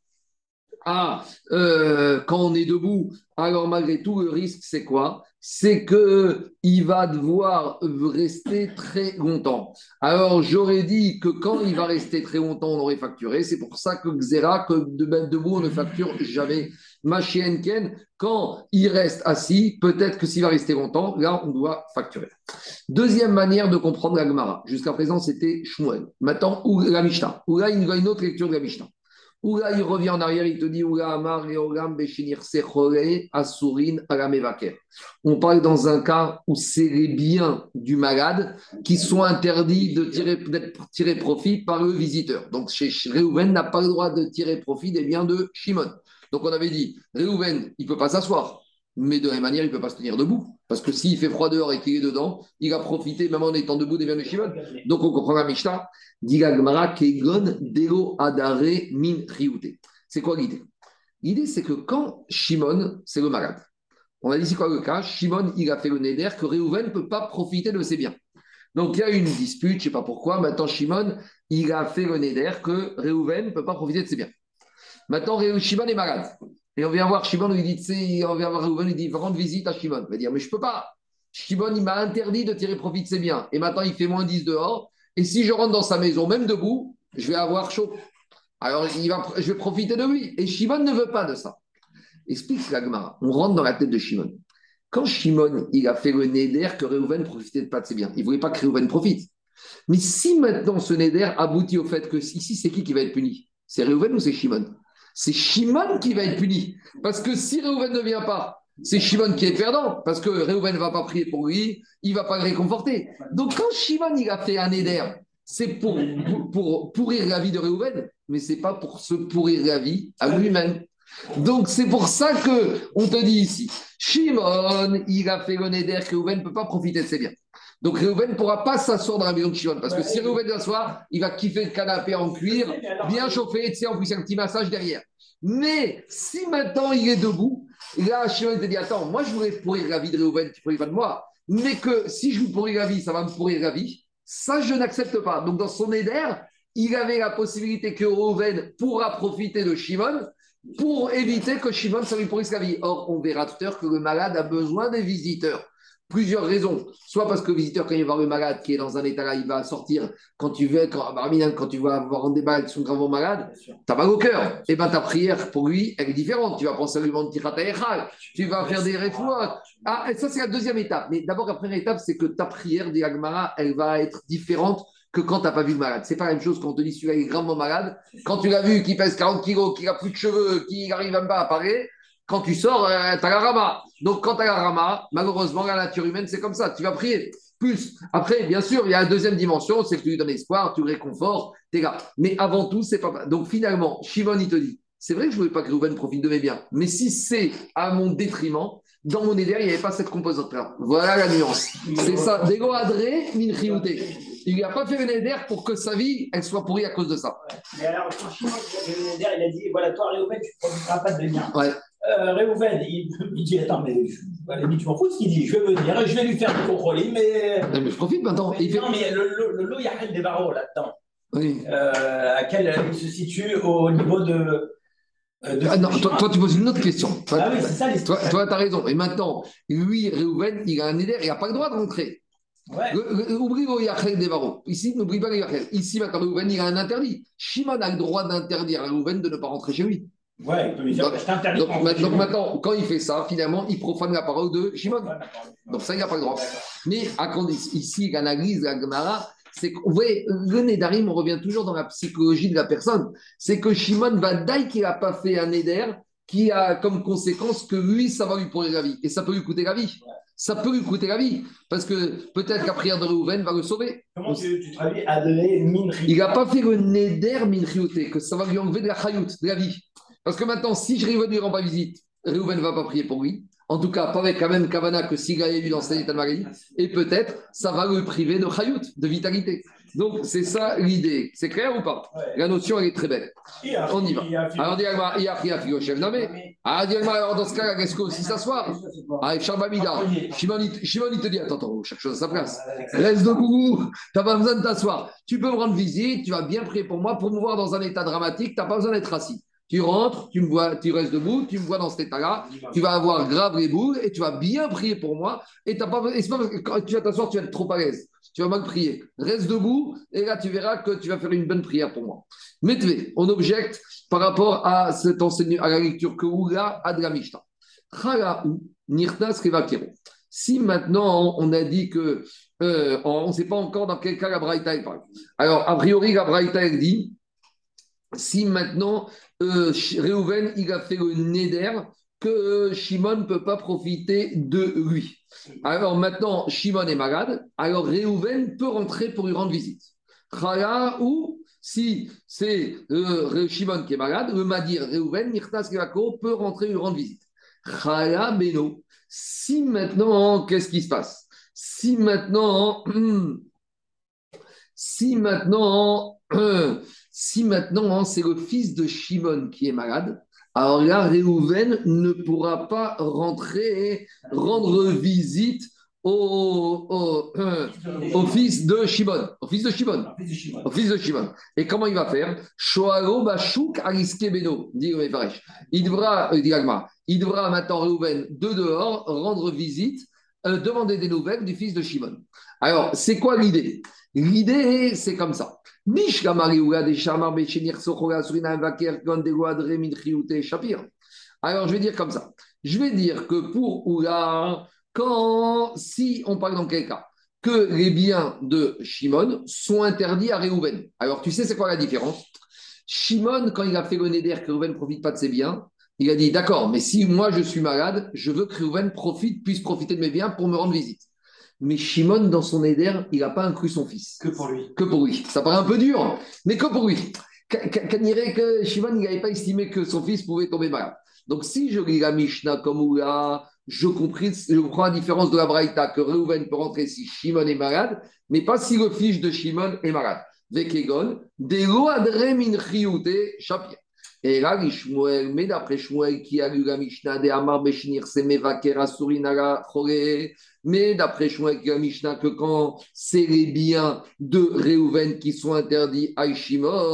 quand on est debout, alors malgré tout, le risque, c'est quoi? C'est qu'il va devoir rester très longtemps. Alors, j'aurais dit que quand il va rester très longtemps, on aurait facturé. C'est pour ça que Xera, que de même debout, on ne facture jamais. Machienken, quand il reste assis, peut-être que s'il va rester longtemps, là, on doit facturer. Deuxième manière de comprendre la Gemara. Jusqu'à présent, c'était Shmuel. Maintenant, la Mishnah. Ou là, il y a une autre lecture de la Mishnah. Ou là, il revient en arrière, il te dit on parle dans un cas où c'est les biens du malade qui sont interdits d'être tirés profit par le visiteur. Donc, Réhouven n'a pas le droit de tirer profit des biens de Shimon. Donc, on avait dit Réhouven, il ne peut pas s'asseoir, mais de la même manière, il ne peut pas se tenir debout. Parce que s'il fait froid dehors et qu'il est dedans, il va profiter, même en étant debout, des biens de Shimon. Donc, on comprend la Mishnah. C'est quoi l'idée? L'idée, c'est que quand Shimon, c'est le malade, on a dit c'est quoi le cas? Shimon, il a fait le neder que Réhouven ne peut pas profiter de ses biens. Donc il y a eu une dispute, je ne sais pas pourquoi. Maintenant, Shimon, il a fait le neder que Réhouven ne peut pas profiter de ses biens. Maintenant, Shimon est malade. Et on vient voir Shimon, on lui dit, on vient voir Réhouven, il dit, va rendre visite à Shimon. Il va dire, mais je ne peux pas. Shimon, il m'a interdit de tirer profit de ses biens. Et maintenant, il fait moins 10 dehors. Et si je rentre dans sa maison, même debout, je vais avoir chaud. Alors, je vais profiter de lui. Et Shimon ne veut pas de ça. Explique la Gemara. On rentre dans la tête de Shimon. Quand Shimon, il a fait le neder que Réhouven ne profitait pas de ses biens, il ne voulait pas que Réhouven profite. Mais si maintenant ce neder aboutit au fait que ici, c'est qui va être puni? C'est Réhouven ou c'est Shimon? C'est Shimon qui va être puni. Parce que si Réhouven ne vient pas, c'est Shimon qui est perdant, parce que Réhouven ne va pas prier pour lui, il ne va pas le réconforter. Donc quand Shimon il a fait un éder, c'est pour pourrir la vie de Réhouven, mais ce n'est pas pour se pourrir la vie à lui-même. Donc c'est pour ça qu'on te dit ici, Shimon, il a fait le éder que Réhouven ne peut pas profiter de ses biens. Donc Réhouven ne pourra pas s'asseoir dans la maison de Shimon, parce que si Réhouven s'assoit, il va kiffer le canapé en cuir, bien chauffé, tu sais, en plus un petit massage derrière. Mais si maintenant il est debout, là, Shimon te dit, attends, moi je voulais pourrir la vie de Réhouven, tu pourris pas de moi, mais que si je vous pourris la vie, ça va me pourrir la vie, ça je n'accepte pas. Donc dans son éder, il avait la possibilité que Réhouven pourra profiter de Shimon pour éviter que Shimon ça lui pourrisse la vie. Or, on verra tout à l'heure que le malade a besoin des visiteurs. Plusieurs raisons. Soit parce que le visiteur, quand il va voir le malade qui est dans un état là, il va sortir. Quand tu veux, quand tu vas voir un débat qui sont gravement malades, Bien sûr. tu as mal au cœur. Et bien ta prière pour lui, elle est différente. Tu vas penser à lui demander tu vas faire des réfouates. Ah, et ça, c'est la deuxième étape. Mais d'abord, la première étape, c'est que ta prière, dit Agmara, elle va être différente que quand tu n'as pas vu le malade. C'est pas la même chose quand on te dit celui-là est gravement malade. Quand tu l'as vu, qu'il pèse 40 kilos, qu'il n'a plus de cheveux, qu'il arrive même pas à parler, quand tu sors, tu as la rama. Donc, quand tu as la rama, malheureusement, la nature humaine, c'est comme ça. Tu vas prier plus. Après, bien sûr, il y a la deuxième dimension, c'est que tu lui donnes espoir, tu le réconfortes, t'es là. Mais avant tout, c'est pas. Donc, finalement, Shimon, il te dit c'est vrai que je ne voulais pas que Reuven profite de mes biens, mais si c'est à mon détriment, dans mon éder, il n'y avait pas cette composante-là. Voilà la nuance. C'est ça. Dego adré min chiyuté. Il n'a pas fait un éder pour que sa vie, elle soit pourrie à cause de ça. Mais alors, franchement, il a dit voilà, toi, Réhouven, tu ne profiteras pas de mes biens. Ouais. Réhouven, il dit attends, mais à la limite, tu m'en fous de ce qu'il dit. Je vais venir et je vais lui faire du contrôler, mais. Mais je profite maintenant. Mais non, mais le lot, il y a quel des barreaux là-dedans Oui. À quel il se situe au niveau de. Ah non, toi, tu poses une autre question. Ah oui, c'est ça l'histoire. Toi, tu as raison. Et maintenant, lui, Réhouven, il a un éder, il n'a pas le droit de rentrer. Ouais. Oublie le Yachel des barreaux. Ici, n'oublie pas le Yachel. Ici, maintenant, Réhouven, il a un interdit. Shimon a le droit d'interdire à Réhouven de ne pas rentrer chez lui. Ouais, il peut lui dire je t'interdis. Donc maintenant, quand il fait ça, finalement, il profane la parole de Shimon. Donc ça, il n'a pas le droit. Mais ici, l'analyse, la Gemara, c'est que, vous voyez, le Nédarim, on revient toujours dans la psychologie de la personne. C'est que Shimon va dire qu'il n'a pas fait un Néder qui a comme conséquence que lui, ça va lui pourrir la vie. Et ça peut lui coûter la vie. Ça peut lui coûter la vie. Parce que peut-être que la prière de Réhouven va le sauver. Comment tu traduis Adré Minri? Il n'a pas fait le Néder Minriouté, que ça va lui enlever de la chayout, de la vie. Parce que maintenant, si Réhouven ne lui rend pas visite, Réhouven ne va pas prier pour lui. En tout cas, pas avec la même Kavana que s'il avait eu dans cet état de maladie. Et peut-être, ça va le priver de chayout, de vitalité. Donc, c'est ça l'idée. C'est clair ou pas? Ouais. La notion, elle est très belle. On y va. Alors, il a pris un figo chef nommé. Alors, dans ce cas, est-ce qu'on aussi s'asseoir? Avec Charbamida. Shimon, il te dit attends, chaque chose à sa place. Reste debout. Tu n'as pas besoin de t'asseoir. Tu peux me rendre visite. Tu vas bien prier pour moi. Pour me voir dans un état dramatique, tu n'as pas besoin d'être assis. Tu rentres, tu me vois, tu restes debout, tu me vois dans cet état-là, tu vas avoir grave les boules et tu vas bien prier pour moi. Et, c'est pas parce que quand tu vas t'asseoir, tu vas être trop à l'aise. Tu vas mal prier. Reste debout et là, tu verras que tu vas faire une bonne prière pour moi. Mettez, on objecte par rapport à cet enseignement, à la lecture que Oula a de la Mishnah. Si maintenant on a dit que on ne sait pas encore dans quel cas la Braïta parle. Alors, a priori, la Braïta elle dit si maintenant Réhouven il a fait le Néder que Shimon ne peut pas profiter de lui. Alors maintenant, Shimon est malade, alors Réhouven peut rentrer pour lui rendre visite. Chala ou si c'est Shimon qui est malade, le Madir Réhouven, Nirtas Kevako peut rentrer lui rendre visite. Chala Beno. Si maintenant, qu'est-ce qui se passe? Si maintenant, c'est le fils de Shimon qui est malade, alors là, Réhouven ne pourra pas rentrer, rendre visite au fils de Shimon. Au fils de Shimon. Et comment il va faire? Shoalo Bashuk Ariske Beno, dit le Mefaresh. Il devra maintenant, Réhouven, de dehors, rendre visite, demander des nouvelles du fils de Shimon. Alors, c'est quoi l'idée? L'idée, c'est comme ça. Alors, je vais dire comme ça. Je vais dire que pour Oula, si on parle dans quel cas? Que les biens de Shimon sont interdits à Réhouven. Alors, tu sais, c'est quoi la différence? Shimon, quand il a fait le Néder, que Réhouven ne profite pas de ses biens, il a dit, d'accord, mais si moi je suis malade, je veux que Réhouven puisse profiter de mes biens pour me rendre visite. Mais Shimon, dans son éder, il n'a pas inclus son fils. Que pour lui. Que pour lui. Ça paraît un peu dur, mais que pour lui. Qu'on dirait que Shimon n'avait pas estimé que son fils pouvait tomber malade. Donc, si je lis la Mishnah comme Oula, je comprends la différence de la Braïta, que Réhouven peut rentrer si Shimon est malade, mais pas si le fils de Shimon est malade. Vekegon, Delo Adre Min Chiyute Shapir. Et là, mais d'après Shmuel qui a lu la Mishnah de Amar Beshinir Semevaker Asurinara Chore, mais d'après Shmuel qui a lu la Mishnah que quand c'est les biens de Réhouven qui sont interdits à Shimon,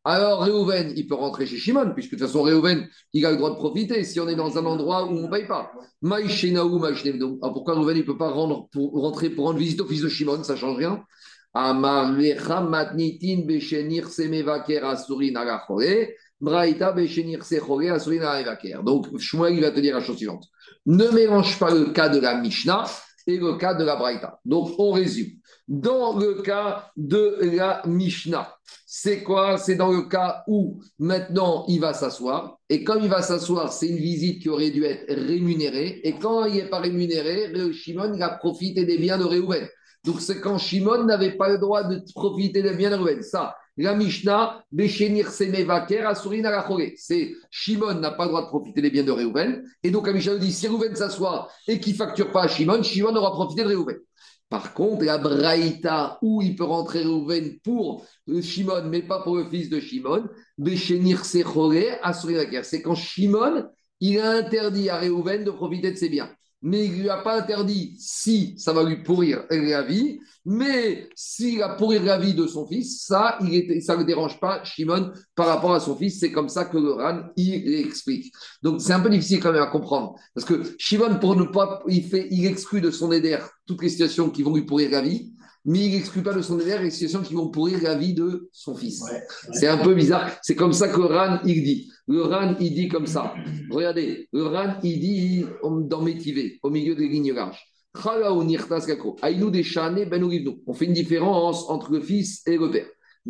Alors Réhouven, il peut rentrer chez Shimon, puisque de toute façon, Réhouven, il a le droit de profiter si on est dans un endroit où on ne paye pas. Maïchenaou, Maïchenevdo. Alors pourquoi Réhouven, il ne peut pas rentrer pour rendre visite au fils de Shimon? Ça ne change rien. Amarecha matnitin beshenir semevaker asurin agachore. Braïta beshenir sechore asurin agacher. Donc, Shmuel, il va te dire la chose suivante. Ne mélange pas le cas de la Mishnah et le cas de la Braïta. Donc, on résume. Dans le cas de la Mishnah, c'est quoi? C'est dans le cas où maintenant il va s'asseoir. Et comme il va s'asseoir, c'est une visite qui aurait dû être rémunérée. Et quand il n'est pas rémunéré, Shimon il a profité des biens de Réhouven. Donc c'est quand Shimon n'avait pas le droit de profiter des biens de Réhouven. Ça, la Mishnah, Beshenir Semevaker, Asurin Alachore. C'est Shimon n'a pas le droit de profiter des biens de Réhouven. Et donc la Mishnah nous dit si Réhouven s'assoit et qu'il ne facture pas à Shimon, Shimon aura profité de Réhouven. Par contre, la Braïta, où il peut rentrer Réhouven pour Shimon, mais pas pour le fils de Shimon, Beshenir Sechore, Asurin Alachore. C'est quand Shimon, il a interdit à Réhouven de profiter de ses biens. Mais il ne lui a pas interdit si ça va lui pourrir la vie, mais s'il a pourrir la vie de son fils, ça ne le dérange pas, Shimon, par rapport à son fils. C'est comme ça que le Ran, il explique. Donc, c'est un peu difficile quand même à comprendre. Parce que Shimon, pour ne pas, il exclut de son éder toutes les situations qui vont lui pourrir la vie, mais il n'exclut pas de son éder les situations qui vont pourrir la vie de son fils. Ouais. C'est un peu bizarre. C'est comme ça que le Ran, il dit. Le Ran, il dit comme ça. Regardez, le Ran, il dit dans Métivé, au milieu des lignes larges. On fait une différence entre le fils et le père.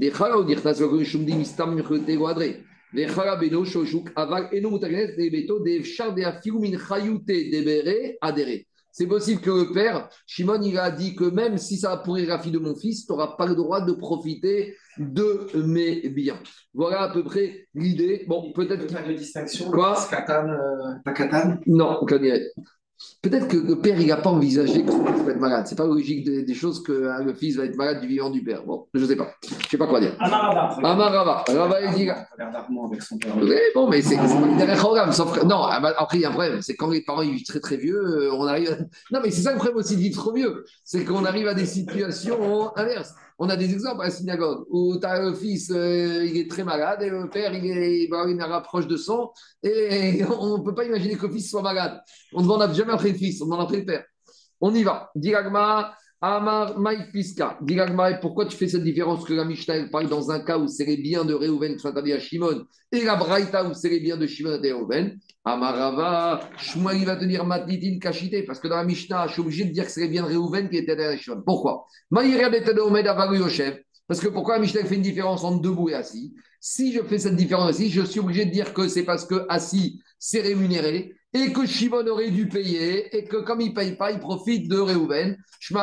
C'est possible que le père, Shimon, il a dit que même si ça va pourrir la fille de mon fils, tu n'auras pas le droit de profiter de mes biens. Voilà à peu près l'idée. Bon, peut-être qu'il y a une distinction. Quoi? Pas Katan? Non, peut-être que le père, il n'a pas envisagé que son fils va être malade. C'est pas logique des choses que le fils va être malade du vivant du père. Bon, je ne sais pas. Je ne sais pas quoi dire. Amarava. Rava, il dit. Avec son père. Oui, bon, mais c'est derrière Chogam. Sauf que, non, après, il y a un problème. C'est quand les parents ils vivent très très vieux, on arrive à... Non, mais c'est ça le problème aussi de vivre trop vieux. C'est qu'on arrive à des situations inverses. On a des exemples à la synagogue où tu as le fils, il est très malade et le père, il va avoir une rapproche de sang et on ne peut pas imaginer que le fils soit malade. On ne demande jamais après le fils, on demande après le père. On y va. Diragma, Amar, Maïk Piska. Diragma, pourquoi tu fais cette différence que la Mishnah parle dans un cas où c'est les biens de Réhouven qui sont interdits à Shimon et la Braïta où c'est les biens de Shimon et de Réhouven? Amarava, Shmuel va te dire Matnitin Kachité, parce que dans la Mishnah, je suis obligé de dire que c'est les biens de Réhouven qui étaient à Shimon. Pourquoi? Parce que pourquoi la Mishnah fait une différence entre debout et assis? Si je fais cette différence ici, je suis obligé de dire que c'est parce que assis, c'est rémunéré et que Shimon aurait dû payer et que comme il ne paye pas, il profite de Réhouven.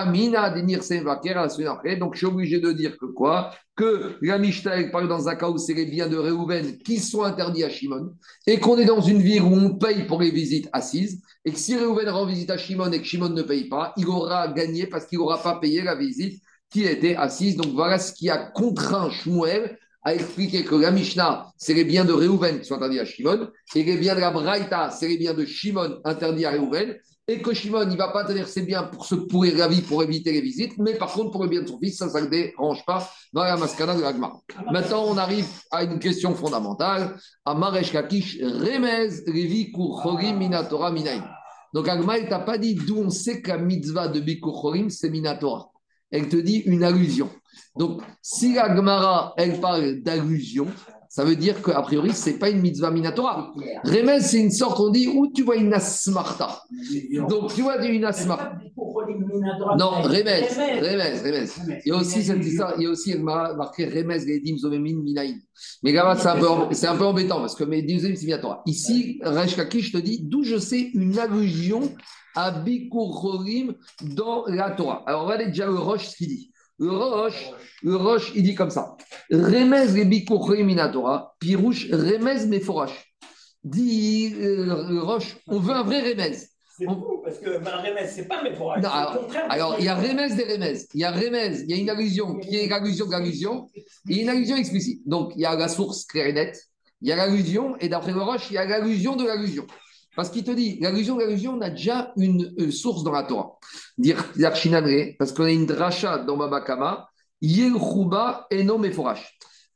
Donc je suis obligé de dire que quoi? Que la Mishnah parle dans un cas où c'est les biens de Réhouven qui sont interdits à Shimon et qu'on est dans une ville où on paye pour les visites assises et que si Réhouven rend visite à Shimon et que Shimon ne paye pas, il aura gagné parce qu'il n'aura pas payé la visite qui était assise. Donc voilà ce qui a contraint Shmuel à expliquer que la Mishnah, c'est les biens de Réhouven qui sont interdits à Shimon, et les biens de la Braïta, c'est les biens de Shimon interdits à Réhouven, et que Shimon, il ne va pas tenir ses biens pour se pourrir la vie, pour éviter les visites, mais par contre, pour le bien de son fils, ça ne le dérange pas dans la maskana de l'Agma. Maintenant, on arrive à une question fondamentale. À Maresh Kakish, Remez, Levi, Kurchorim, Minatora, Minaïm. Donc, Agma, il ne t'a pas dit d'où on sait que la mitzvah de Bikur Chorim, c'est Minatora. Elle te dit une allusion. Donc, si la Gemara, elle parle d'allusion, ça veut dire qu'a priori, ce n'est pas une mitzvah minatora. Remez, c'est une sorte, on dit, où tu vois une asmarta. Donc, tu vois une asmarta. Non, Remez. Il y a aussi cette histoire, il y a aussi marqué Remez, les dim zomemin minaïm. Mais là, c'est un peu embêtant parce que mes dim zomemin, c'est minatora. Ici, Resh Kakish te dit, d'où je sais une allusion à Bikur Chorim dans la Torah. Alors, regardez déjà le Roche ce qu'il dit. Le Roche, il dit comme ça. Remez les Bikur Chorim minatora, pirouche Remez meforash. Dit le Roche, on veut un vrai Remez. C'est fou, parce que Remez, c'est pas meforash. Alors, il y a Remez des Remez. Il y a Remez, il y a une allusion qui est l'allusion de l'allusion, et une allusion explicite. Donc, il y a la source claire et nette, il y a l'allusion, et d'après le Roche, il y a l'allusion de l'allusion. Parce qu'il te dit, l'allusion de l'allusion, on a déjà une source dans la Torah. Dire Shinanre, parce qu'on a une dracha dans Baba Kama, Yelchuba et non Meforash.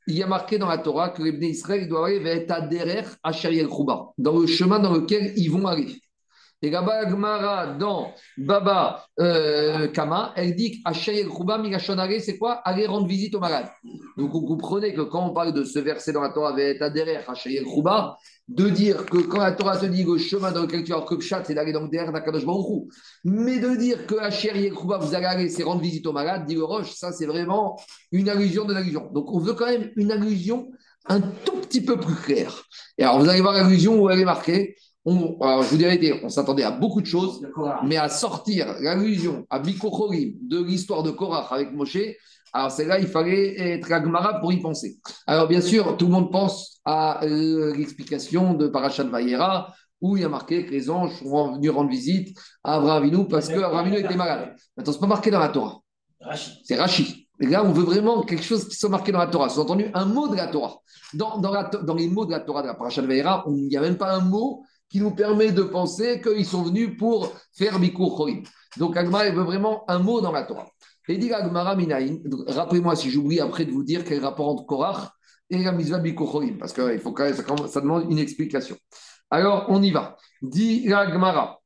il y a marqué dans la Torah que les Bnei Israël ils doivent aller vers Taderer Asher Yelchouba, dans le chemin dans lequel ils vont aller. Et là-bas, Gemara, dans Baba Kama, elle dit Asher Yelchouba Migashon Aller, c'est quoi? Aller rendre visite aux malades. Donc vous comprenez que quand on parle de ce verset dans la Torah, vers Taderer Asher Yelchouba, de dire que quand la Torah te dit que le chemin dans lequel tu vas au Pshat, c'est d'aller dans le derrière d'Akadosh Baruch Hu. Mais de dire que Asher Yelchouba, vous allez aller, c'est rendre visite aux malades, dit le Roche, ça c'est vraiment une allusion de l'allusion. Donc on veut quand même une allusion un tout petit peu plus claire. Et alors vous allez voir l'allusion où elle est marquée. Alors je vous dirais, on s'attendait à beaucoup de choses, mais à sortir l'allusion à Bikur Chorim de l'histoire de Korach avec Moshe, alors celle-là, il fallait être à Gemara pour y penser. Alors bien sûr, tout le monde pense à l'explication de Parashat Vayera, où il y a marqué que les anges sont venus rendre visite à Abraham Avinu parce qu'Abraham Avinu était malade. Maintenant, ce n'est pas marqué dans la Torah. C'est Rashi. Et là, on veut vraiment quelque chose qui soit marqué dans la Torah. Sous-entendu, un mot de la Torah. Dans les mots de la Torah de la Parashat Vayera, il n'y a même pas un mot qui nous permet de penser qu'ils sont venus pour faire Bikur Chorim. Donc, Agmara, il veut vraiment un mot dans la Torah. Et dit Agmara Minaïn, rappelez-moi si j'oublie après de vous dire quel rapport entre Korach et la mitzvah Bikur Chorim, parce que il faut quand même, ça demande une explication. Alors, on y va. Dit Agmara.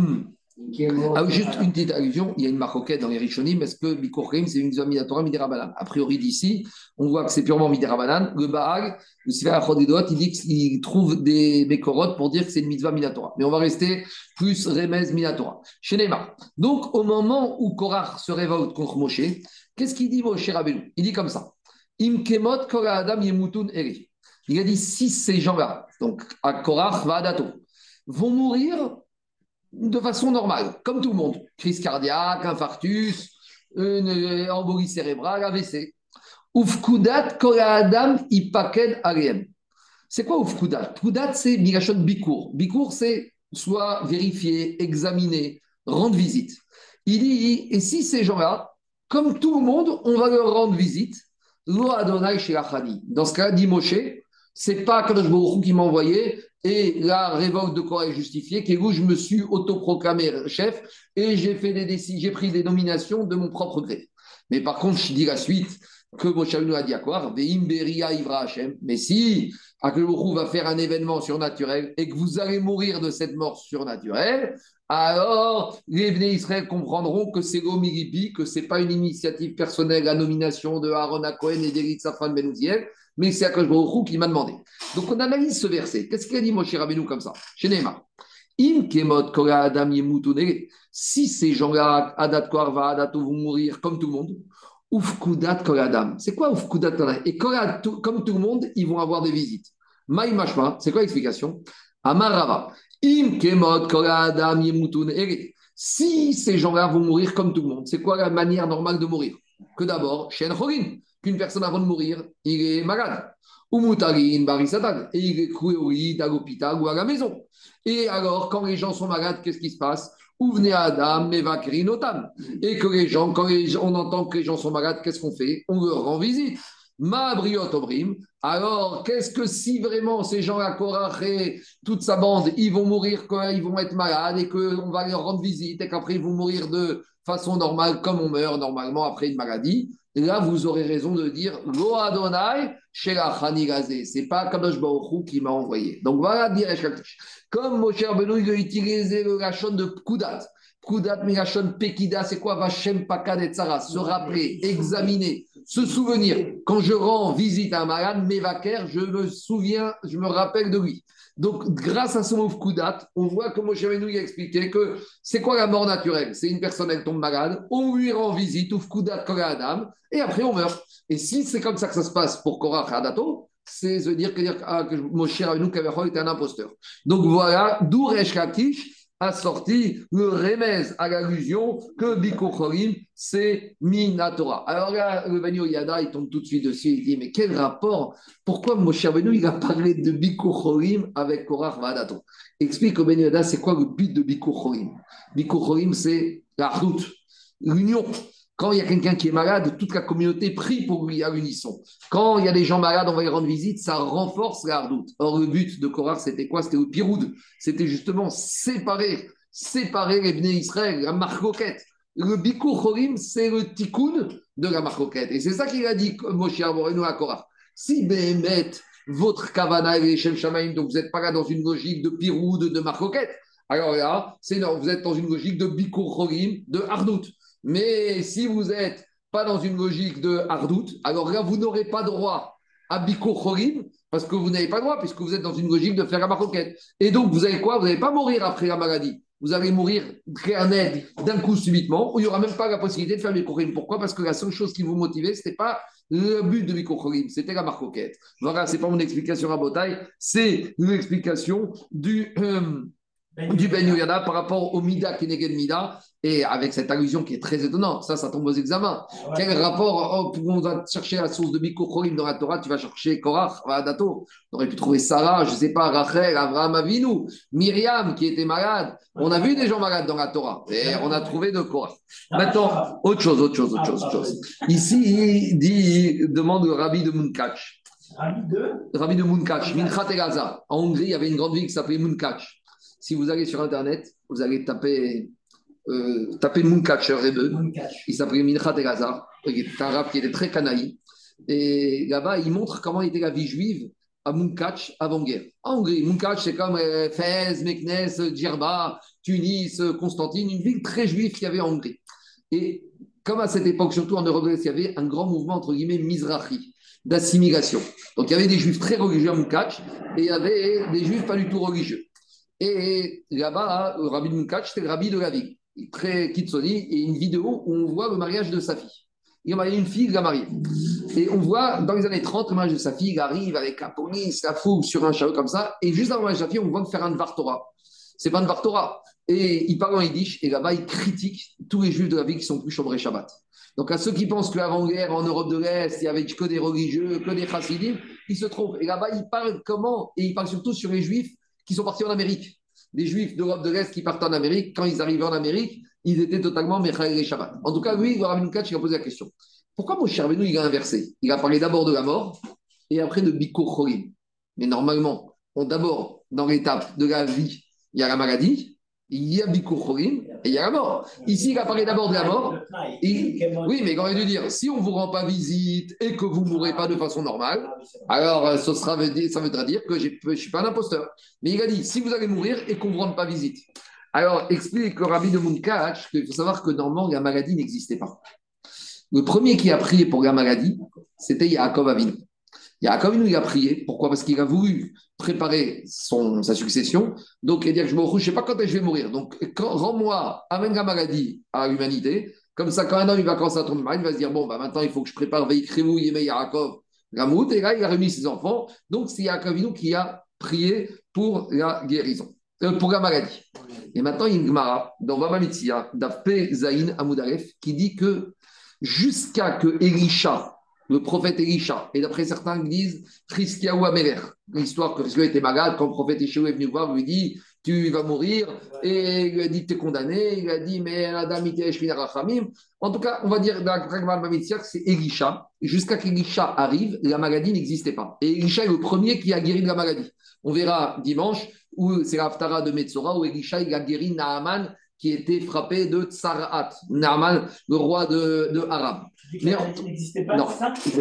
Juste une petite allusion, il y a une marcoquette dans les Rishonim, est-ce que Bikur Chorim c'est une mitzvah Minatora Midirabanan? A priori d'ici, on voit que c'est purement Midirabanan. Le Baal, le Sifer Achodedot, il dit qu'il trouve des Bekorot pour dire que c'est une mitzvah Minatora. Mais on va rester plus Remez Minatora. Chez Neymar. Donc, au moment où Korach se révolte contre Moshe, qu'est-ce qu'il dit Moshe Rabbeinu? Il dit comme ça. Im kemot kol adam yemutun eri. Il a dit si ces gens-là, donc à Korach va Adato, vont mourir de façon normale, comme tout le monde. Crise cardiaque, infarctus, une embolie cérébrale, AVC. Ufkudat kol adam ipaked aliem. C'est quoi Ufkudat? Ufkudat, c'est Migashon Bikour. Bikour, c'est soit vérifier, examiner, rendre visite. Il dit, et si ces gens-là, comme tout le monde, on va leur rendre visite, Lo Adonai Shelachani. Dans ce cas, dit Moshe, c'est pas Kadosh Baruch Hu qui m'a envoyé et la révolte de Korah est justifiée, où je me suis autoproclamé chef et j'ai pris des nominations de mon propre gré. Mais par contre, je dis la suite que Moshe Rabbeinu a dit à quoi? Ve'im beria ivra Hashem. Mais si Akadosh Baruch Hu va faire un événement surnaturel et que vous allez mourir de cette mort surnaturelle, alors les Bnei Israël comprendront que c'est l'Omiripi, que ce n'est pas une initiative personnelle, la nomination de Aaron à Cohen et d'Élit Safran Ben Uziel, mais c'est Akadosh Baruch Hu qui m'a demandé. Donc on analyse ce verset. Qu'est-ce qu'il a dit Moshe Rabbeinu comme ça? Chez Neymar. Im kemot kol adam yemutune. Si ces gens-là, Adat Korva, Adato, vont mourir comme tout le monde, Ufkudat kol adam. C'est quoi Ufkudat kol adam? Et comme tout le monde, ils vont avoir des visites. Maï mashma, c'est quoi l'explication? Amarava. Im kemot kol adam yemutune. Si ces gens-là vont mourir comme tout le monde, c'est quoi la manière normale de mourir? Que d'abord, Shen Chorin, qu'une personne avant de mourir, il est malade. Ou Moutarin, Barisatan, et il est cloué au lit, à l'hôpital ou à la maison. Et alors, quand les gens sont malades, qu'est-ce qui se passe? Ou venez à Adam, Mevakri, Notam. Et que les gens, on entend que les gens sont malades, qu'est-ce qu'on fait? On leur rend visite. Ma briot obrim. Alors, qu'est-ce que si vraiment ces gens-là, Korach et toute sa bande, ils vont mourir quand ils vont être malades et qu'on va leur rendre visite et qu'après ils vont mourir de façon normale, comme on meurt normalement après une maladie? Et là, vous aurez raison de dire Lo Adonai Shelachani Gazé. C'est pas Kadosh Baruch Hu qui m'a envoyé. Donc voilà, dire comme Moshe Rabbeinu il a utilisé le lachon de Pkudat. Pkudat Milachon Pekida, c'est quoi? Vachem Pakad et Tzara. Se rappeler, examiner, se souvenir. Quand je rends visite à un malade, Mevaker, je me souviens, je me rappelle de lui. Donc, grâce à ce mot Fkoudat, on voit que Moshe Rabbeinu a expliqué que c'est quoi la mort naturelle? C'est une personne, elle tombe malade, on lui rend visite, ou Fkoudat Kol Adam, et après on meurt. Et si c'est comme ça que ça se passe pour Korach et Adato, c'est se dire que Moshe Rabbeinu était un imposteur. Donc voilà, d'où Resh Lakish a sorti le remez à l'allusion que Bikur Chorim, c'est Minatora. Alors là, le Bani Yada, il tombe tout de suite dessus, il dit, mais quel rapport? Pourquoi Moshe Rabbeinu, il a parlé de Bikur Chorim avec Korach Vadato? Explique au Bani Yada, c'est quoi le but de Bikur Chorim? Bikur Chorim, c'est la route, l'union. Quand il y a quelqu'un qui est malade, toute la communauté prie pour lui à l'unisson. Quand il y a des gens malades, on va y rendre visite, ça renforce la hardoute. Or, le but de Korach, c'était quoi? C'était le piroud. C'était justement séparer les Bnei Israël, la marcoquette. Le Bikur Chorim, c'est le tikkun de la marcoquette. Et c'est ça qu'il a dit Moshe Rabbeinu à Korach. Si Béhémet, votre Kavana et Shem Shamaim, donc vous n'êtes pas là dans une logique de Pirou, de Marcoquette, alors là, vous êtes dans une logique de Bikur Chorim, de Hardout. Mais si vous n'êtes pas dans une logique de Hardout, alors là, vous n'aurez pas droit à Bikur Chorim, parce que vous n'avez pas droit, puisque vous êtes dans une logique de faire la Marcoquette. Et donc, vous avez quoi? Vous n'allez pas mourir après la maladie. Vous allez mourir créanède d'un coup subitement, où il n'y aura même pas la possibilité de faire Bikur Chorim. Pourquoi? Parce que la seule chose qui vous motivait, ce n'était pas le but de Bikur Chorim, c'était la Marcoquette. Voilà, ce n'est pas mon explication à Botaï, c'est une explication du Ben Yoyada par rapport au Mida Keneged Mida, et avec cette allusion qui est très étonnante, ça tombe aux examens. Quel rapport, on va chercher la source de Bikur Chorim dans la Torah, tu vas chercher Korach, Dato, on aurait pu trouver Sarah, je ne sais pas, Rachel, Abraham Avinu, Myriam qui était malade. On a vu des gens malades dans la Torah, et on a trouvé de Korach. Maintenant, autre chose. Ici, il demande le rabbi de Munkach. Rabbi de Munkach, Minchat Elaza. En Hongrie, il y avait une grande ville qui s'appelait Munkach. Si vous allez sur Internet, vous allez taper Munkach Rebbe. Il s'appelait Minchat Elaza. C'est un rab qui était très canaille. Et là-bas, il montre comment était la vie juive à Munkach avant-guerre. En Hongrie, Munkach, c'est comme Fès, Meknes, Djerba, Tunis, Constantine, une ville très juive qu'il y avait en Hongrie. Et comme à cette époque, surtout en Europe de l'Est, il y avait un grand mouvement, entre guillemets, Mizrahi, d'assimilation. Donc il y avait des juifs très religieux à Munkach et il y avait des juifs pas du tout religieux. Et là-bas, le rabbi de Munkach, c'était le rabbi de la ville, très kitsoni, et une vidéo où on voit le mariage de sa fille. Il a marié une fille, il l'a mariée. Et on voit, dans les années 30, le mariage de sa fille, il arrive avec la police, la foule sur un chariot comme ça, et juste avant le mariage de sa fille, on voit faire un Dvar Torah. C'est pas un Dvar Torah. Et il parle en yiddish, et là-bas, il critique tous les juifs de la ville qui sont plus Shomer Shabbat. Donc, à ceux qui pensent qu'avant-guerre, en Europe de l'Est, il n'y avait que des religieux, que des chassidim, ils se trompent. Et là-bas, il parle comment? Et il parle surtout sur les juifs qui sont partis en Amérique. Les juifs d'Europe de l'Est qui partent en Amérique, quand ils arrivaient en Amérique, ils étaient totalement Mechael et Shabbat. En tout cas, lui, le Rabbi Munkach, il a posé la question. Pourquoi Moshe Rabbeinu, il a inversé? Il a parlé d'abord de la mort et après de Bikur Chorim. Mais normalement, d'abord, dans l'étape de la vie, il y a la maladie, il y a Bikur Chorim et il y a la mort. Ici, il a parlé d'abord de la mort. Oui, mais il aurait dû dire, si on ne vous rend pas visite et que vous ne mourrez pas de façon normale, alors ça voudra dire que je ne suis pas un imposteur. Mais il a dit, si vous allez mourir et qu'on ne vous rende pas visite. Alors, explique le rabbi de Munkach qu'il faut savoir que normalement, la maladie n'existait pas. Le premier qui a prié pour la maladie, c'était Yaakov Avinu. Yaakov Avinu, il a prié. Pourquoi? Parce qu'il a voulu préparer sa succession. Donc, il a dit, je ne sais pas quand je vais mourir. Donc, rends-moi, amène la maladie à l'humanité. Comme ça, quand un homme il va commencer à tomber malade, il va se dire, bon, maintenant, il faut que je prépare Veikrevu, Yemei Yaakov, Gamout. Et là, il a remis ses enfants. Donc, c'est Yaakov Avinu qui a prié pour la guérison, pour la maladie. Et maintenant, il y a une Gemara dans Baba Metzia, d'Afpe Zaïn Amoudalef, qui dit que jusqu'à que Elisha, le prophète Elisha, et d'après certains qui disent Triskiaou Améler, l'histoire que Triskiaou était malade, quand le prophète Elisha est venu voir, lui dit tu vas mourir, et il lui a dit tu es condamné, il lui a dit mais Adam Rachamim. En tout cas, on va dire dans la Baba Metzia que c'est Elisha, jusqu'à qu'Elisha arrive, la maladie n'existait pas. Et Elisha est le premier qui a guéri de la maladie. On verra dimanche où c'est l'Aftara de Metzora, où Elisha il a guéri Naaman qui était frappé de Tsarat, Naaman, le roi de Aram. Mais il n'existait pas, non. Ça tu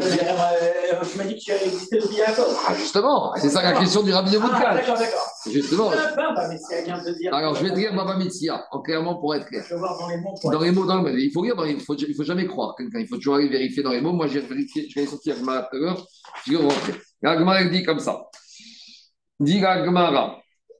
m'as dit qu'il existait depuis Yaakov. Ah, justement, c'est ça la question du rabbi de Munkach. D'accord. Justement. Dire. Alors, je vais te dire Baba Metzia, clairement pour être clair. Je vais voir dans les mots. Dans les mots, il faut lire, il faut jamais croire quelqu'un. Il faut toujours aller vérifier dans les mots. Moi, j'ai vérifié, je vais sortir Agmara tout à l'heure, je vais rentrer. Agmara, il dit comme ça. Dit Agmara.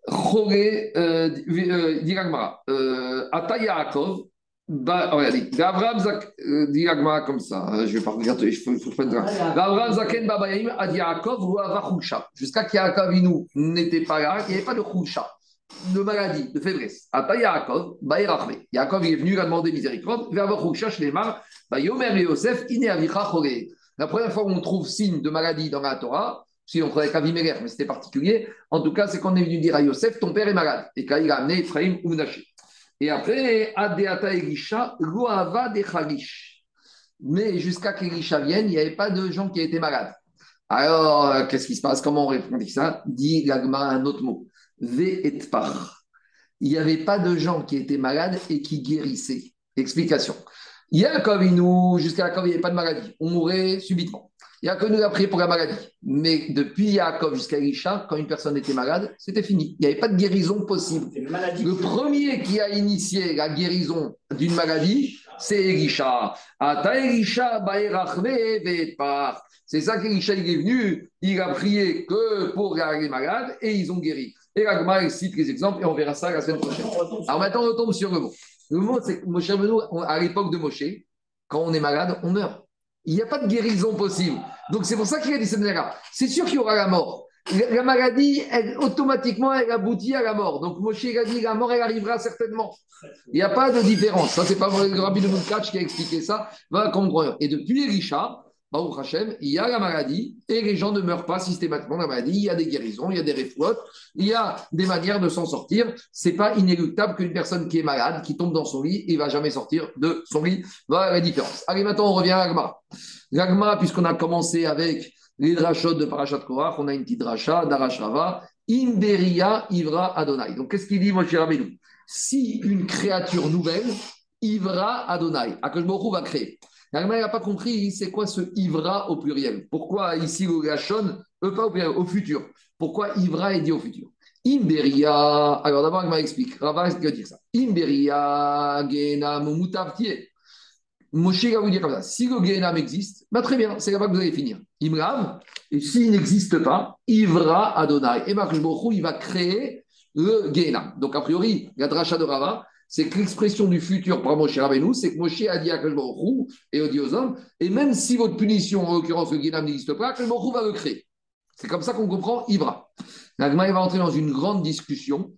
Dit Agmara. Ata Yaakov. Abraham dit Agmara comme ça. Je vais pas regarder, il faut que je prenne ça. Abraham Zaken Babayim a dit Yaakov ou Avachusha. Jusqu'à qu'Yaakov n'était pas là, il n'y avait pas de Chusha, de maladie, de faiblesse. Ata Yaakov, Baïrachme. Yaakov est venu, il a demandé miséricorde. Vers Avachusha, Shlemar, Bayomer Yosef, Ine Avicha Choré. La première fois où on trouve signe de maladie dans la Torah, si on trouvait avec Avimelech, mais c'était particulier, en tout cas, c'est qu'on est venu dire à Yosef, ton père est malade. Et quand il a amené Ephraim ou Menaché. Et après, Adeata Elisha, Loava de Chalish. Mais jusqu'à qu'Elisha vienne, il n'y avait pas de gens qui étaient malades. Alors, qu'est-ce qui se passe? Comment on répondit ça? Dit l'Agmara un autre mot. Ve et par. Il n'y avait pas de gens qui étaient malades et qui guérissaient. Explication. Yaakov, jusqu'à Yaakov, il n'y avait pas de maladie. On mourait subitement. Il n'y a que nous a prié pour la maladie. Mais depuis Yaakov jusqu'à Elisha, quand une personne était malade, c'était fini. Il n'y avait pas de guérison possible. Le premier qui a initié la guérison d'une maladie, c'est Elisha. Ata Elisha, c'est ça qu'Elisha il est venu, il a prié que pour les malades et ils ont guéri. Et la Gemara cite les exemples et on verra ça la semaine prochaine. Alors maintenant, on retombe sur le mot. Le mot, c'est que Moshe Rabbeinu, à l'époque de Moshe, quand on est malade, on meurt. Il n'y a pas de guérison possible. Donc c'est pour ça qu'il a dit cette manière-là. C'est sûr qu'il y aura la mort. La maladie, automatiquement, elle aboutit à la mort. Donc Moshe a dit la mort, elle arrivera certainement. Il n'y a pas de différence. Ça, c'est pas le Rabbi de Moukach qui a expliqué ça. Va comprendre. Et depuis Elisha, Baruch Hashem, il y a la maladie et les gens ne meurent pas systématiquement de la maladie. Il y a des guérisons, il y a des réfouates, il y a des manières de s'en sortir. Ce n'est pas inéluctable qu'une personne qui est malade, qui tombe dans son lit, il ne va jamais sortir de son lit. Voilà la différence. Allez, maintenant, on revient à l'Agmara. L'Agmara, puisqu'on a commencé avec les drachot de Parashat Korach, on a une petite dracha d'Arash Rava, Imberia Ivra Adonai. Donc, qu'est-ce qu'il dit, Moshe Rabbeinu? Si une créature nouvelle, Ivra Adonai, Akadosh Baruch Hu va créer. L'Allemagne n'a pas compris c'est quoi ce Ivra au pluriel. Pourquoi ici le Gachon, pas au pluriel, au futur. Pourquoi Ivra est dit au futur? Imberia, alors d'abord il m'explique. Rava va dire ça. Imberia Genam Mutavtier. Moshe va vous dire comme ça. Si le Genam existe, bah très bien, c'est là-bas que vous allez finir. Imrav, et s'il n'existe pas, Ivra Adonai. Et Akadosh Baruch Hu, il va créer le Genam. Donc a priori, la dracha de Rava, c'est que l'expression du futur par Moshe Rabbeinu, c'est que Moshe a dit à Akadosh Baruch Hu et dit aux hommes, et même si votre punition, en l'occurrence le Guénam n'existe pas, Akadosh Baruch Hu va le créer. C'est comme ça qu'on comprend Ivra. L'Agma va entrer dans une grande discussion,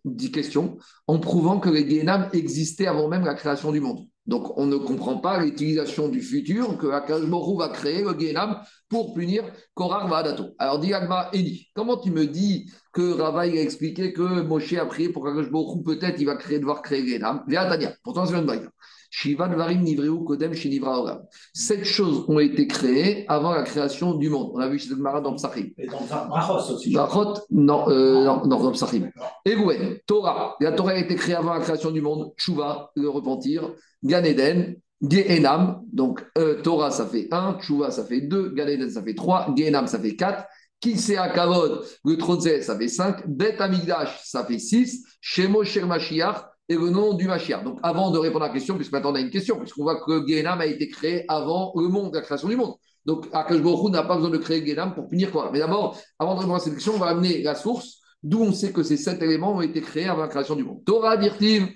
en prouvant que les Guénam existaient avant même la création du monde. Donc on ne comprend pas l'utilisation du futur que Akadosh Baruch Hu va créer le Guénam pour punir Korar Va'adato. Alors dit Agma, Eli, comment tu me dis que Rava il a expliqué que Moshe a prié pour qu'Akadosh Baruch Hu peut-être il va devoir créer le Guénam? Véatania, pourtant c'est une baïda. Shiva Dvarim Nivreu Kodem Shinivra Olam. 7 choses ont été créées avant la création du monde. On a vu chez Gemara dans Psachim. Et dans Brachos aussi. Brachot, non, dans Psachim. Egouen, Torah. La Torah a été créée avant la création du monde. Tshuva, le repentir. Gan Eden, Gehenam. Donc, Torah, ça fait 1. Tshuva, ça fait 2. Gan Eden, ça fait 3. Gehenam, ça fait 4. Kisea Kavod, le trône céleste, ça fait 5. Bet Amigdash, ça fait 6. Shemo Sher Mashiach, et le nom du Mashiach. Donc, avant de répondre à la question, puisque maintenant on a une question, puisqu'on voit que Gehenam a été créé avant le monde, la création du monde. Donc, Akadosh Baruch Hu n'a pas besoin de créer Gehenam pour punir quoi. Mais d'abord, avant de répondre à cette question, on va amener la source, d'où on sait que ces 7 éléments ont été créés avant la création du monde. Torah Dirtiv,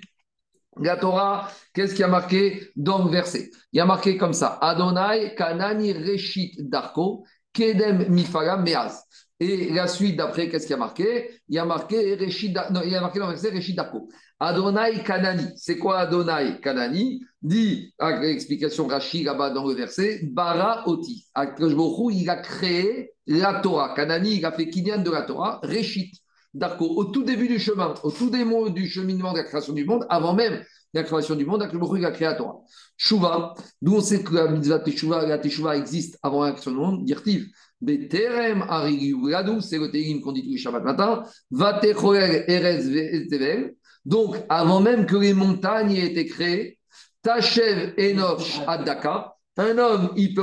la Torah, qu'est-ce qu'il y a marqué dans le verset? Il y a marqué comme ça, Adonai Kanani Reshit Darko, Kedem Mifalam Meaz. Et la suite d'après, qu'est-ce qu'il y a marqué? Il y a marqué dans le verset Reshit Darko. Adonai Kanani. C'est quoi Adonai Kanani? Dit, avec l'explication Rashi là-bas dans le verset, Bara Oti. Akadosh Baruch Hu, il a créé la Torah. Kanani, il a fait Kinyan de la Torah, Reshit Darko. Au tout début du chemin, au tout début du cheminement de la création du monde, avant même la création du monde, Akadosh Baruch Hu, il a créé la Torah. Shuvah, d'où on sait que la mitzvah Teshuvah, la Teshuvah existe avant la création du monde, Dirtiv. Beterem Arigiu Gadou, c'est le Tehillim qu'on dit tous les Shabbat matin. Vatechoel Erez Ve'etevel. Donc, avant même que les montagnes aient été créées, Tachev Enoch Adaka, un homme, il